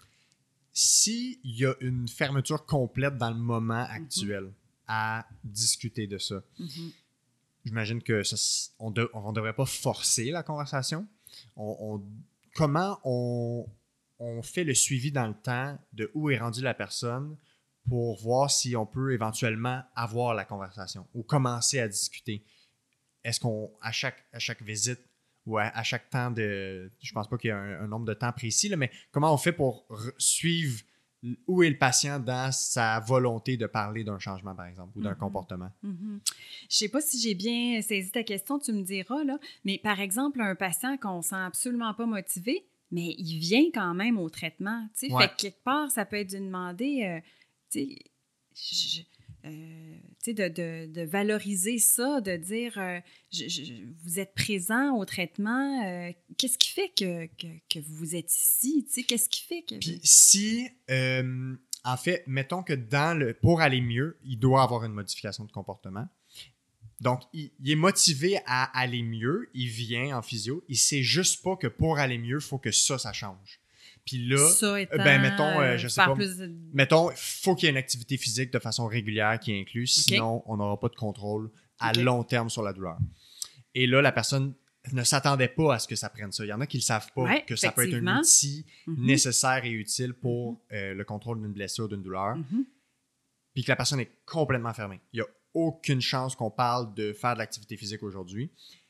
S'il y a une fermeture complète dans le moment actuel à discuter de ça, Mhm. j'imagine que ça, s- on ne devrait pas forcer la conversation. On, on- comment on, on fait le suivi dans le temps de où est rendue la personne pour voir si on peut éventuellement avoir la conversation ou commencer à discuter? Est-ce qu'on, à chaque, à chaque visite ou à, à chaque temps de... Je pense pas qu'il y a un, un nombre de temps précis, là, mais comment on fait pour re- suivre l- où est le patient dans sa volonté de parler d'un changement, par exemple, ou d'un Mhm. comportement? Mhm. Je sais pas si j'ai bien saisi ta question, tu me diras, là, mais par exemple, un patient qu'on sent absolument pas motivé, mais il vient quand même au traitement. Tu sais, Ouais. fait que quelque part, ça peut être de demander, euh, tu sais, je- euh, tu sais, de, de- de valoriser ça, de dire, euh, je- je- vous êtes présent au traitement, euh, qu'est-ce qui fait que, que, que vous êtes ici? Tu sais, qu'est-ce qui fait que... Puis si, euh, en fait, mettons que dans le pour aller mieux, il doit avoir une modification de comportement. Donc, il, il est motivé à aller mieux, il vient en physio, il sait juste pas que pour aller mieux, il faut que ça, ça change. Puis là, ça étant, ben, mettons, euh, je sais faire pas, plus de- mettons, il faut qu'il y ait une activité physique de façon régulière qui est inclue, sinon on n'aura pas de contrôle à Ok. long terme sur la douleur. Et là, la personne ne s'attendait pas à ce que ça prenne ça. Il y en a qui ne le savent pas, Ouais, que ça peut être un effectivement. outil Mhm. nécessaire et utile pour euh, le contrôle d'une blessure, d'une douleur, Mhm. puis que la personne est complètement fermée. Il n'y a aucune chance qu'on parle de faire de l'activité physique aujourd'hui.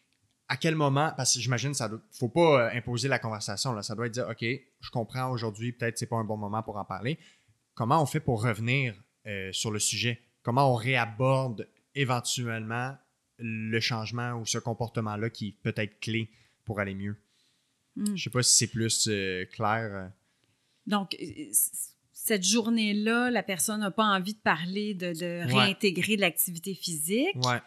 À quel moment, parce que j'imagine ça ne faut pas euh, imposer la conversation, là. Ça doit être dire, OK, je comprends aujourd'hui, peut-être c'est pas un bon moment pour en parler. Comment on fait pour revenir euh, sur le sujet? Comment on réaborde éventuellement le changement ou ce comportement-là qui peut être clé pour aller mieux? Mm. Je sais pas si c'est plus euh, clair. euh. Donc, euh, c- cette journée-là, la personne n'a pas envie de parler de, de Ouais. réintégrer de l'activité physique. Ouais.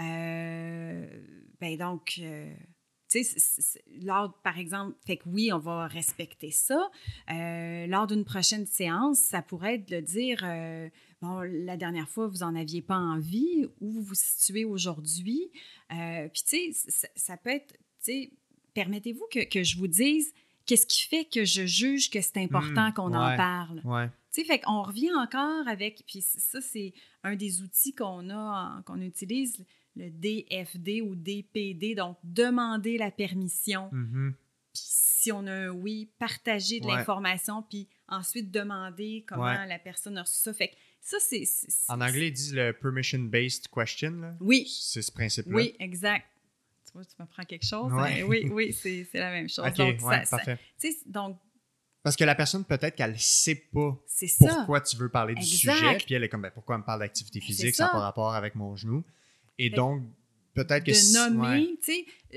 Euh, ben donc, euh, tu sais, c- c- lors, par exemple, fait que oui, on va respecter ça. Euh, lors d'une prochaine séance, ça pourrait être de dire, euh, bon, la dernière fois, vous n'en aviez pas envie, où vous vous situez aujourd'hui. Euh, Puis, tu sais, ça, ça peut être, tu sais, permettez-vous que, que je vous dise qu'est-ce qui fait que je juge que c'est important Mm, qu'on ouais. en parle. Ouais. Tu sais, fait qu'on revient encore avec, puis ça, c'est un des outils qu'on a, en- qu'on utilise, le D F D ou D P D, donc demander la permission. Mhm. Puis si on a un oui, partager de Ouais. l'information, puis ensuite demander comment Ouais. la personne a reçu ça. Fait que ça, c'est... c'est- c'est- En anglais, ils disent le permission-based question. Là. Oui, C'est ce principe-là. oui, exact. Tu vois, tu m'apprends quelque chose. Ouais. hein? Oui, oui, c'est c'est la même chose. OK, donc, ouais, ça- ça- parfait. tu sais, donc, Parce que la personne, peut-être qu'elle ne sait pas c'est ça. pourquoi tu veux parler du Exact. sujet, puis elle est comme, ben, pourquoi elle me parle d'activité Ben, physique, c'est ça n'a ça. pas rapport avec mon genou. Et Fait donc, peut-être que... de si- nommer, ouais. tu sais, euh,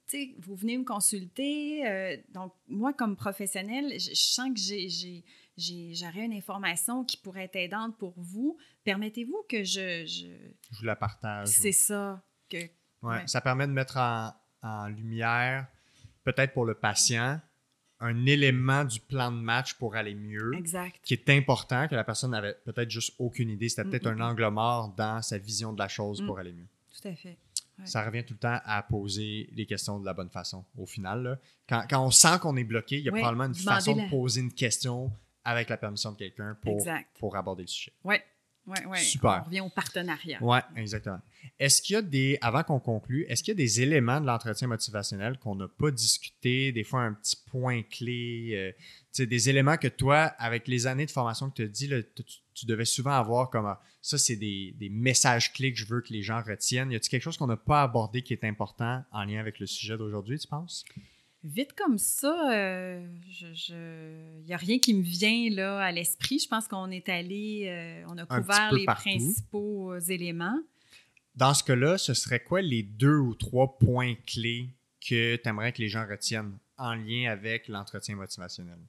tu sais, vous venez me consulter. Euh, donc, moi, comme professionnelle, je, je sens que j'ai, j'ai, j'ai, j'aurais une information qui pourrait être aidante pour vous. Permettez-vous que je... Je, je vous la partage. C'est ça. Que, ouais, ouais. Ça permet de mettre en, en lumière, peut-être pour le patient, un élément du plan de match pour aller mieux. Exact. Qui est important, que la personne n'avait peut-être juste aucune idée. C'était peut-être Mm-mm. un angle mort dans sa vision de la chose Mm. pour aller mieux. Tout à fait. Ouais. Ça revient tout le temps à poser les questions de la bonne façon, au final. Là. Quand, quand on sent qu'on est bloqué, il y a ouais, probablement une façon la... de poser une question avec la permission de quelqu'un pour, pour aborder le sujet. Oui, oui, oui. Super. On revient au partenariat. Oui, exactement. Est-ce qu'il y a des, avant qu'on conclue, est-ce qu'il y a des éléments de l'entretien motivationnel qu'on n'a pas discuté, des fois un petit point clé, euh, tu sais, des éléments que toi, avec les années de formation que tu as dit, là, tu, tu devais souvent avoir comme ça, c'est des, des messages clés que je veux que les gens retiennent. Y a-t-il quelque chose qu'on n'a pas abordé qui est important en lien avec le sujet d'aujourd'hui, tu penses? Vite comme ça, euh, je, je... il n'y a rien qui me vient là, à l'esprit. Je pense qu'on est allé, euh, on a couvert les partout. principaux éléments. Dans ce cas-là, ce serait quoi les deux ou trois points clés que tu aimerais que les gens retiennent en lien avec l'entretien motivationnel?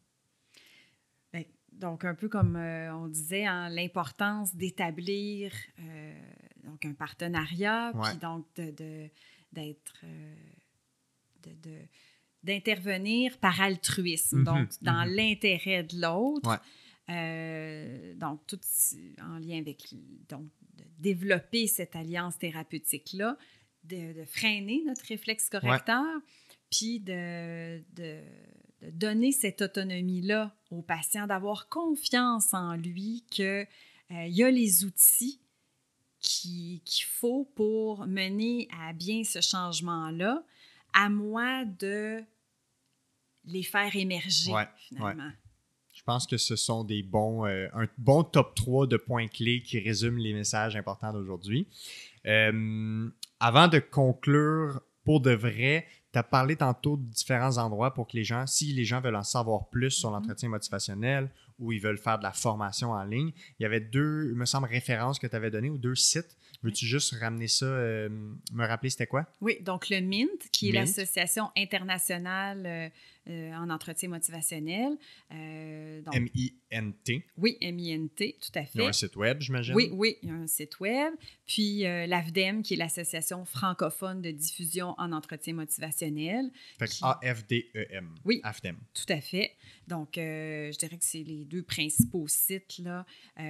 Bien, donc, un peu comme euh, on disait, hein, l'importance d'établir euh, donc un partenariat, ouais. puis donc de, de, d'être... Euh, de, de, d'intervenir par altruisme, mm-hmm, donc dans mm-hmm. l'intérêt de l'autre. Ouais. Euh, donc, tout en lien avec... Donc, de développer cette alliance thérapeutique-là, de, de freiner notre réflexe correcteur, ouais. puis de, de, de donner cette autonomie-là au patient, d'avoir confiance en lui qu'il euh, y a les outils qui, qu'il faut pour mener à bien ce changement-là, à moi de les faire émerger, ouais, finalement. Ouais. Je pense que ce sont des bons, euh, un bon top trois de points clés qui résument les messages importants d'aujourd'hui. Euh, avant de conclure, pour de vrai, tu as parlé tantôt de différents endroits pour que les gens, si les gens veulent en savoir plus sur l'entretien motivationnel ou ils veulent faire de la formation en ligne, il y avait deux, il me semble, références que tu avais données ou deux sites. Veux-tu juste ramener ça, euh, me rappeler c'était quoi? Oui, donc le MINT, qui est Mint. l'Association internationale euh, euh, en entretien motivationnel. Euh, donc, M I N T. Oui, M I N T, tout à fait. Il y a un site web, j'imagine. Oui, oui, il y a un site web. Puis euh, l'A F D E M, qui est l'Association francophone de diffusion en entretien motivationnel. Fait que qui... A F D E M. Oui, A F D E M. Tout à fait. Donc, euh, je dirais que c'est les deux principaux sites, là.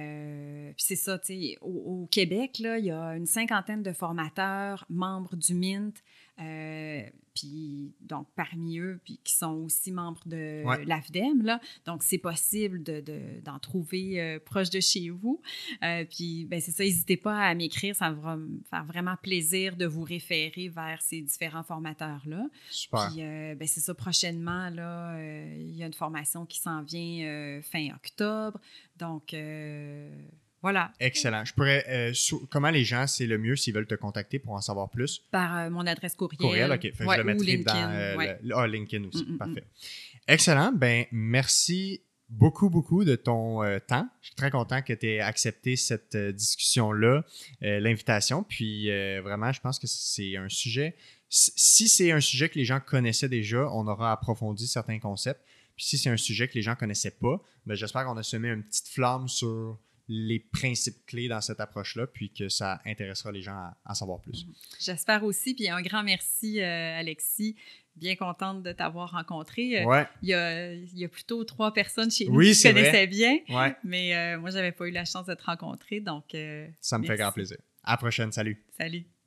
Euh, puis c'est ça, tu sais, au, au Québec, là, il y a une cinquantaine de formateurs membres du MINT, euh, puis donc parmi eux, puis qui sont aussi membres de ouais. l'A F D E M, là. Donc, c'est possible de, de, d'en trouver euh, proche de chez vous. Euh, puis, ben c'est ça, n'hésitez pas à m'écrire, ça va me faire vraiment plaisir de vous référer vers ces différents formateurs-là. Super. Puis, euh, ben c'est ça, prochainement, là, euh, il y a une formation qui s'en vient euh, fin octobre. Donc, euh, voilà. Excellent. Je pourrais, euh, sou- comment les gens, c'est le mieux s'ils veulent te contacter pour en savoir plus? Par euh, mon adresse courriel. Courriel, OK. Fait que ouais, je le mettrai LinkedIn, dans euh, ouais. le, ah, LinkedIn aussi. Mm-mm. Parfait. Excellent. Ben, merci beaucoup, beaucoup de ton euh, temps. Je suis très content que tu aies accepté cette euh, discussion-là, euh, l'invitation. Puis, euh, vraiment, je pense que c'est un sujet... Si c'est un sujet que les gens connaissaient déjà, on aura approfondi certains concepts. Puis si c'est un sujet que les gens ne connaissaient pas, ben j'espère qu'on a semé une petite flamme sur les principes clés dans cette approche-là, puis que ça intéressera les gens à en savoir plus. J'espère aussi, puis un grand merci, euh, Alexis. Bien contente de t'avoir rencontré. Ouais. Il y a, il y a plutôt trois personnes chez nous oui, qui se connaissaient vrai. bien, ouais. mais euh, moi, je n'avais pas eu la chance de te rencontrer, donc... Euh, ça me merci. fait grand plaisir. À la prochaine. Salut. Salut.